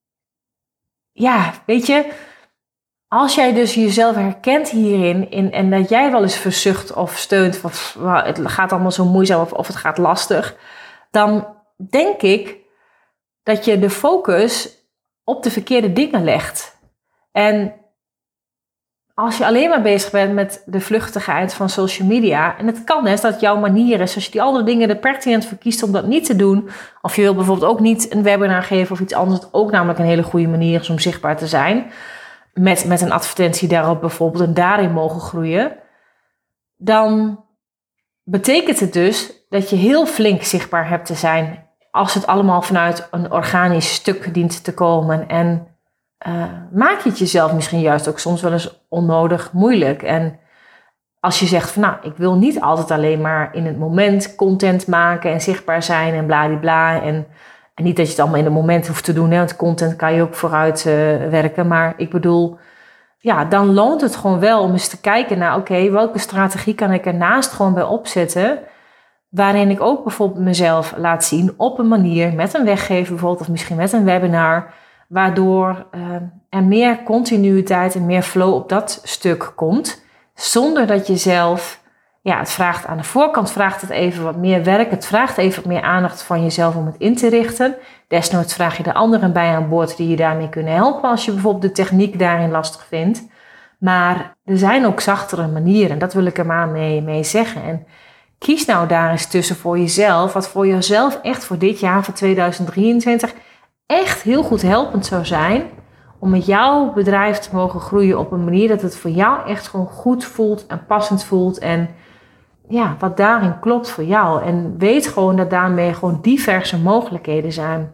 ja, weet je, als jij dus jezelf herkent hierin in, en dat jij wel eens verzucht of steunt of het gaat allemaal zo moeizaam of, of het gaat lastig, dan denk ik dat je de focus op de verkeerde dingen legt. En als je alleen maar bezig bent met de vluchtigheid van social media, en het kan hè, dat het jouw manier is, als je die andere dingen er pertinent voor kiest om dat niet te doen, of je wil bijvoorbeeld ook niet een webinar geven of iets anders, dat ook namelijk een hele goede manier is om zichtbaar te zijn, met, met een advertentie daarop bijvoorbeeld en daarin mogen groeien, dan betekent het dus dat je heel flink zichtbaar hebt te zijn als het allemaal vanuit een organisch stuk dient te komen. En uh, maak je het jezelf misschien juist ook soms wel eens onnodig moeilijk. En als je zegt van nou, ik wil niet altijd alleen maar in het moment content maken en zichtbaar zijn en bladibla. En, en niet dat je het allemaal in het moment hoeft te doen, hè, want content kan je ook vooruit uh, werken. Maar ik bedoel, ja, dan loont het gewoon wel om eens te kijken naar oké, okay, welke strategie kan ik ernaast gewoon bij opzetten. Waarin ik ook bijvoorbeeld mezelf laat zien op een manier met een weggever bijvoorbeeld of misschien met een webinar. Waardoor uh, er meer continuïteit en meer flow op dat stuk komt. Zonder dat je zelf, ja, het vraagt aan de voorkant, vraagt het even wat meer werk. Het vraagt even wat meer aandacht van jezelf om het in te richten. Desnoods vraag je de anderen bij aan boord die je daarmee kunnen helpen. Als je bijvoorbeeld de techniek daarin lastig vindt. Maar er zijn ook zachtere manieren. Dat wil ik er maar mee, mee zeggen. En kies nou daar eens tussen voor jezelf. Wat voor jezelf echt voor dit jaar, voor tweeduizend drieëntwintig, echt heel goed helpend zou zijn. Om met jouw bedrijf te mogen groeien op een manier dat het voor jou echt gewoon goed voelt en passend voelt. En ja, wat daarin klopt voor jou. En weet gewoon dat daarmee gewoon diverse mogelijkheden zijn.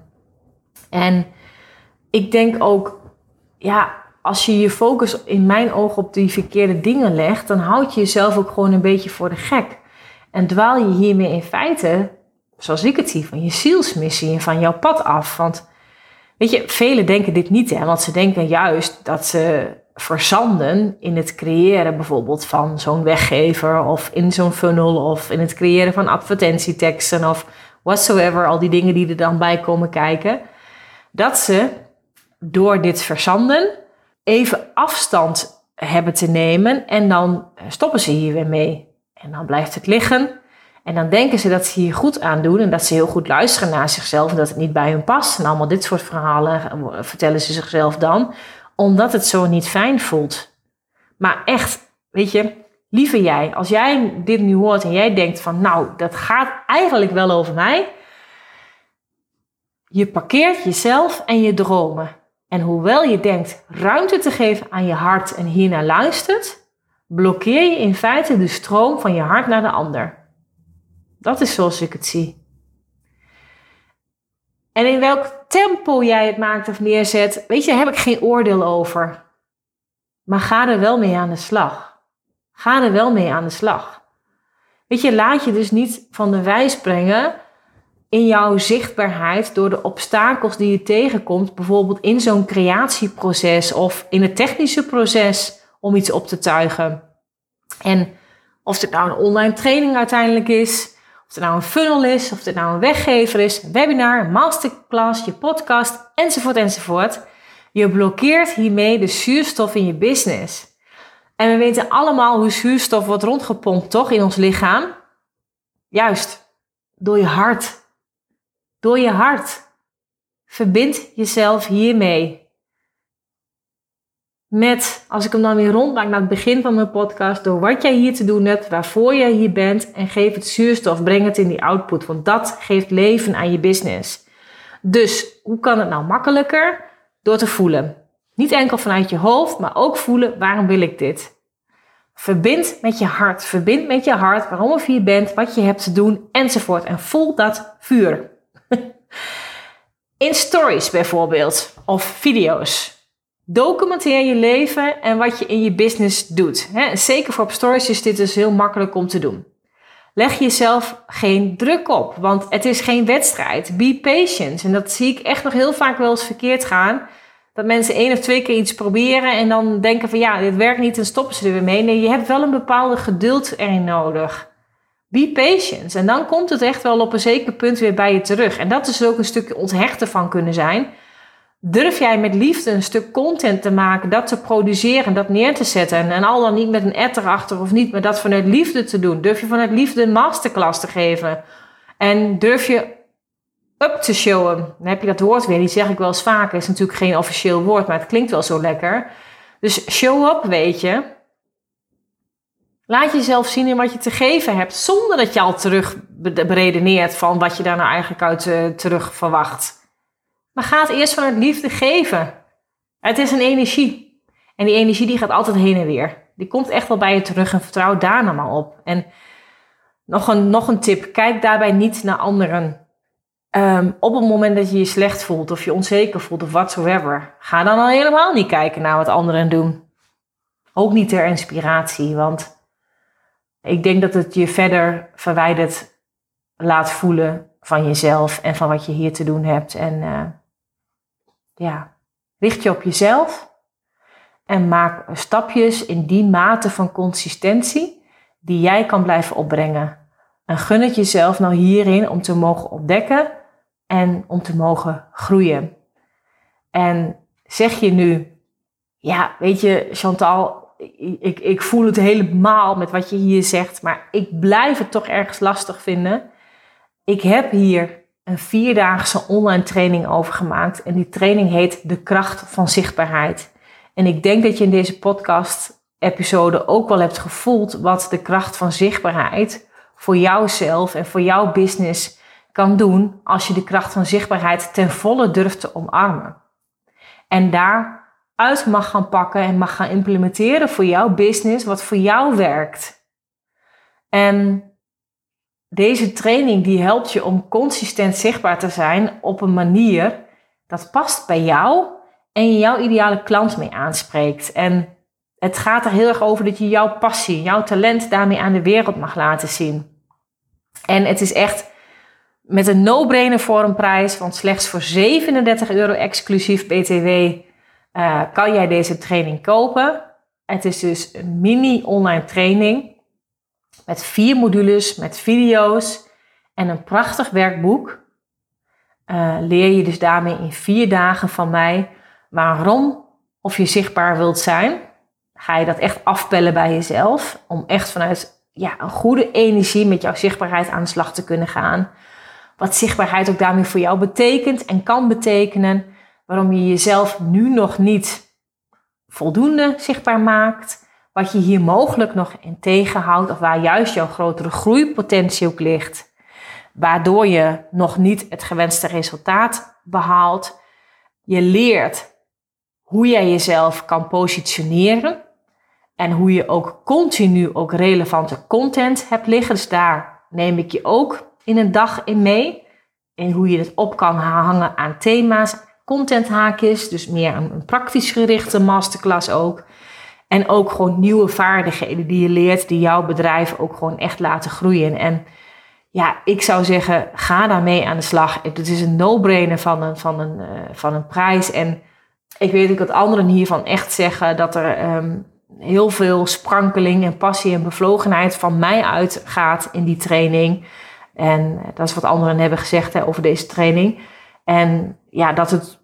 En ik denk ook, ja, als je je focus in mijn ogen op die verkeerde dingen legt, dan houd je jezelf ook gewoon een beetje voor de gek. En dwaal je hiermee in feite, zoals ik het zie, van je zielsmissie en van jouw pad af. Want weet je, velen denken dit niet, hè, want ze denken juist dat ze verzanden in het creëren bijvoorbeeld van zo'n weggever of in zo'n funnel of in het creëren van advertentieteksten of whatsoever, al die dingen die er dan bij komen kijken, dat ze door dit verzanden even afstand hebben te nemen en dan stoppen ze hier weer mee. En dan blijft het liggen. En dan denken ze dat ze hier goed aan doen en dat ze heel goed luisteren naar zichzelf en dat het niet bij hun past. En allemaal dit soort verhalen vertellen ze zichzelf dan, omdat het zo niet fijn voelt. Maar echt, weet je, lieve jij, als jij dit nu hoort en jij denkt van nou, dat gaat eigenlijk wel over mij. Je parkeert jezelf en je dromen. En hoewel je denkt ruimte te geven aan je hart en hiernaar luistert, blokkeer je in feite de stroom van je hart naar de ander. Dat is zoals ik het zie. En in welk tempo jij het maakt of neerzet, weet je, daar heb ik geen oordeel over. Maar ga er wel mee aan de slag. Ga er wel mee aan de slag. Weet je, laat je dus niet van de wijs brengen in jouw zichtbaarheid door de obstakels die je tegenkomt, bijvoorbeeld in zo'n creatieproces of in het technische proces om iets op te tuigen. En of het nou een online training uiteindelijk is, of het nou een funnel is, of het nou een weggever is, een webinar, een masterclass, je podcast, enzovoort, enzovoort. Je blokkeert hiermee de zuurstof in je business. En we weten allemaal hoe zuurstof wordt rondgepompt, toch, in ons lichaam? Juist, door je hart. Door je hart. Verbind jezelf hiermee. Met, als ik hem dan weer rondmaak naar het begin van mijn podcast, door wat jij hier te doen hebt, waarvoor jij hier bent, en geef het zuurstof, breng het in die output, want dat geeft leven aan je business. Dus, hoe kan het nou makkelijker? Door te voelen. Niet enkel vanuit je hoofd, maar ook voelen, waarom wil ik dit? Verbind met je hart, verbind met je hart, waarom of hier bent, wat je hebt te doen, enzovoort. En voel dat vuur. In stories bijvoorbeeld, of video's. Documenteer je leven en wat je in je business doet. He, zeker voor op stories is dit dus heel makkelijk om te doen. Leg jezelf geen druk op, want het is geen wedstrijd. Be patient. En dat zie ik echt nog heel vaak wel eens verkeerd gaan. Dat mensen één of twee keer iets proberen en dan denken van ja, dit werkt niet en stoppen ze er weer mee. Nee, je hebt wel een bepaalde geduld erin nodig. Be patient. En dan komt het echt wel op een zeker punt weer bij je terug. En dat is ook een stukje onthechten van kunnen zijn. Durf jij met liefde een stuk content te maken, dat te produceren, dat neer te zetten. En, en al dan niet met een ad erachter of niet, maar dat vanuit liefde te doen. Durf je vanuit liefde een masterclass te geven. En durf je up te showen. Dan heb je dat woord weer, die zeg ik wel eens vaker. Het is natuurlijk geen officieel woord, maar het klinkt wel zo lekker. Dus show up, weet je. Laat jezelf zien in wat je te geven hebt, zonder dat je al terug beredeneert van wat je daar nou eigenlijk uit uh, terug verwacht. Maar ga het eerst vanuit liefde geven. Het is een energie. En die energie die gaat altijd heen en weer. Die komt echt wel bij je terug en vertrouw daar nou maar op. En nog een, nog een tip. Kijk daarbij niet naar anderen. Um, op het moment dat je je slecht voelt of je onzeker voelt of whatsoever, ga dan al helemaal niet kijken naar wat anderen doen. Ook niet ter inspiratie, want ik denk dat het je verder verwijderd laat voelen van jezelf en van wat je hier te doen hebt. En uh, ja, richt je op jezelf en maak stapjes in die mate van consistentie die jij kan blijven opbrengen. En gun het jezelf nou hierin om te mogen ontdekken en om te mogen groeien. En zeg je nu, ja, weet je, Chantal, ik, ik voel het helemaal met wat je hier zegt, maar ik blijf het toch ergens lastig vinden. Ik heb hier een vierdaagse online training over gemaakt en die training heet De Kracht van Zichtbaarheid. En ik denk dat je in deze podcast-episode ook wel hebt gevoeld wat de kracht van zichtbaarheid voor jouzelf en voor jouw business kan doen als je de kracht van zichtbaarheid ten volle durft te omarmen. En daaruit mag gaan pakken en mag gaan implementeren voor jouw business wat voor jou werkt. En deze training die helpt je om consistent zichtbaar te zijn op een manier dat past bij jou en je jouw ideale klant mee aanspreekt. En het gaat er heel erg over dat je jouw passie, jouw talent daarmee aan de wereld mag laten zien. En het is echt met een no-brainer voor een prijs, want slechts voor zevenendertig euro exclusief B T W uh, kan jij deze training kopen. Het is dus een mini-online training met vier modules, met video's en een prachtig werkboek. Uh, leer je dus daarmee in vier dagen van mij waarom of je zichtbaar wilt zijn. Ga je dat echt afpellen bij jezelf om echt vanuit ja, een goede energie met jouw zichtbaarheid aan de slag te kunnen gaan. Wat zichtbaarheid ook daarmee voor jou betekent en kan betekenen. Waarom je jezelf nu nog niet voldoende zichtbaar maakt. Wat je hier mogelijk nog in tegenhoudt of waar juist jouw grotere groeipotentie ook ligt. Waardoor je nog niet het gewenste resultaat behaalt. Je leert hoe jij jezelf kan positioneren. En hoe je ook continu ook relevante content hebt liggen. Dus daar neem ik je ook in een dag in mee. En hoe je het op kan hangen aan thema's, contenthaakjes. Dus meer een, een praktisch gerichte masterclass ook. En ook gewoon nieuwe vaardigheden die je leert. Die jouw bedrijf ook gewoon echt laten groeien. En ja, ik zou zeggen, ga daarmee aan de slag. Het is een no-brainer van een, van een, uh, van een prijs. En ik weet ook dat anderen hiervan echt zeggen dat er um, heel veel sprankeling en passie en bevlogenheid van mij uitgaat in die training. En dat is wat anderen hebben gezegd hè, over deze training. En ja, dat het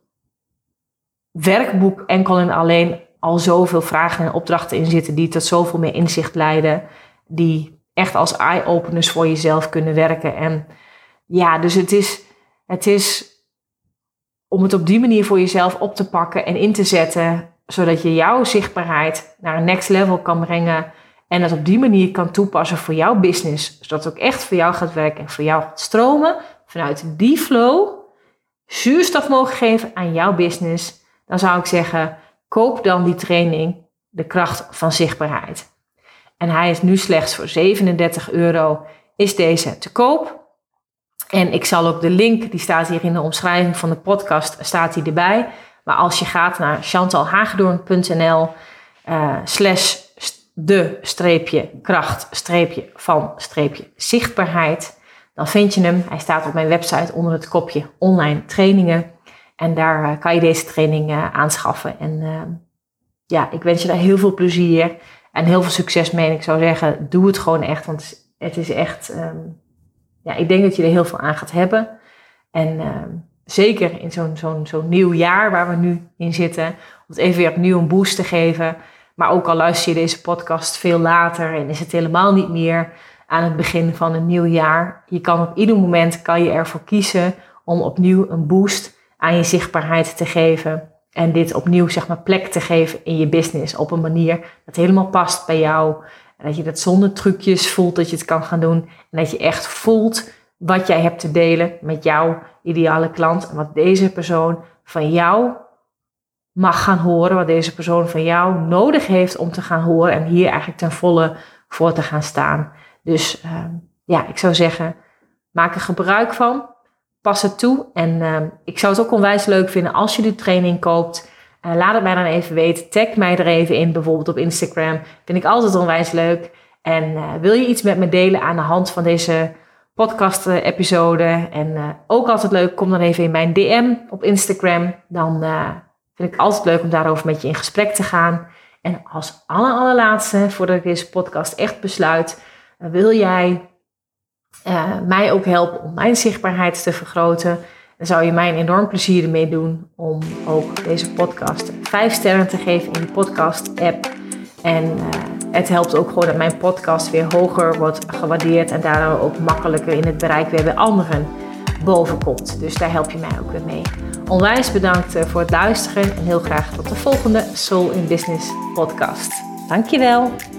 werkboek enkel en alleen al zoveel vragen en opdrachten in zitten die tot zoveel meer inzicht leiden. Die echt als eye-openers voor jezelf kunnen werken. En ja, dus het is, het is om het op die manier voor jezelf op te pakken en in te zetten, zodat je jouw zichtbaarheid naar een next level kan brengen en dat op die manier kan toepassen voor jouw business. Zodat het ook echt voor jou gaat werken en voor jou gaat stromen. Vanuit die flow zuurstof mogen geven aan jouw business. Dan zou ik zeggen, koop dan die training, De Kracht van Zichtbaarheid. En hij is nu slechts voor zevenendertig euro is deze te koop. En ik zal ook de link, die staat hier in de omschrijving van de podcast, staat die erbij. Maar als je gaat naar chantalhagedoorn.nl uh, slash de streepje kracht streepje van streepje zichtbaarheid, dan vind je hem. Hij staat op mijn website onder het kopje online trainingen. En daar uh, kan je deze training uh, aanschaffen. En uh, ja, ik wens je daar heel veel plezier en heel veel succes mee. En ik zou zeggen, doe het gewoon echt. Want het is echt, um, ja, ik denk dat je er heel veel aan gaat hebben. En um, zeker in zo'n, zo'n, zo'n nieuw jaar waar we nu in zitten, om het even weer opnieuw een boost te geven. Maar ook al luister je deze podcast veel later en is het helemaal niet meer aan het begin van een nieuw jaar. Je kan op ieder moment kan je ervoor kiezen om opnieuw een boost aan je zichtbaarheid te geven. En dit opnieuw zeg maar plek te geven in je business op een manier dat helemaal past bij jou. En dat je dat zonder trucjes voelt dat je het kan gaan doen. En dat je echt voelt wat jij hebt te delen met jouw ideale klant. En wat deze persoon van jou mag gaan horen. Wat deze persoon van jou nodig heeft om te gaan horen. En hier eigenlijk ten volle voor te gaan staan. Dus uh, ja, ik zou zeggen, maak er gebruik van. pas het toe. En uh, ik zou het ook onwijs leuk vinden als je de training koopt. Uh, laat het mij dan even weten. Tag mij er even in, bijvoorbeeld op Instagram. Vind ik altijd onwijs leuk. En uh, wil je iets met me delen aan de hand van deze podcast-episode? En uh, ook altijd leuk, kom dan even in mijn D M op Instagram. Dan uh, vind ik altijd leuk om daarover met je in gesprek te gaan. En als aller, allerlaatste, voordat ik deze podcast echt besluit, uh, wil jij uh, mij ook helpen om mijn zichtbaarheid te vergroten? Dan zou je mij een enorm plezier ermee doen om ook deze podcast vijf sterren te geven in de podcast-app. En uh, het helpt ook gewoon dat mijn podcast weer hoger wordt gewaardeerd en daardoor ook makkelijker in het bereik weer bij anderen bovenkomt. Dus daar help je mij ook weer mee. Onwijs bedankt voor het luisteren en heel graag tot de volgende Soul in Business podcast. Dankjewel.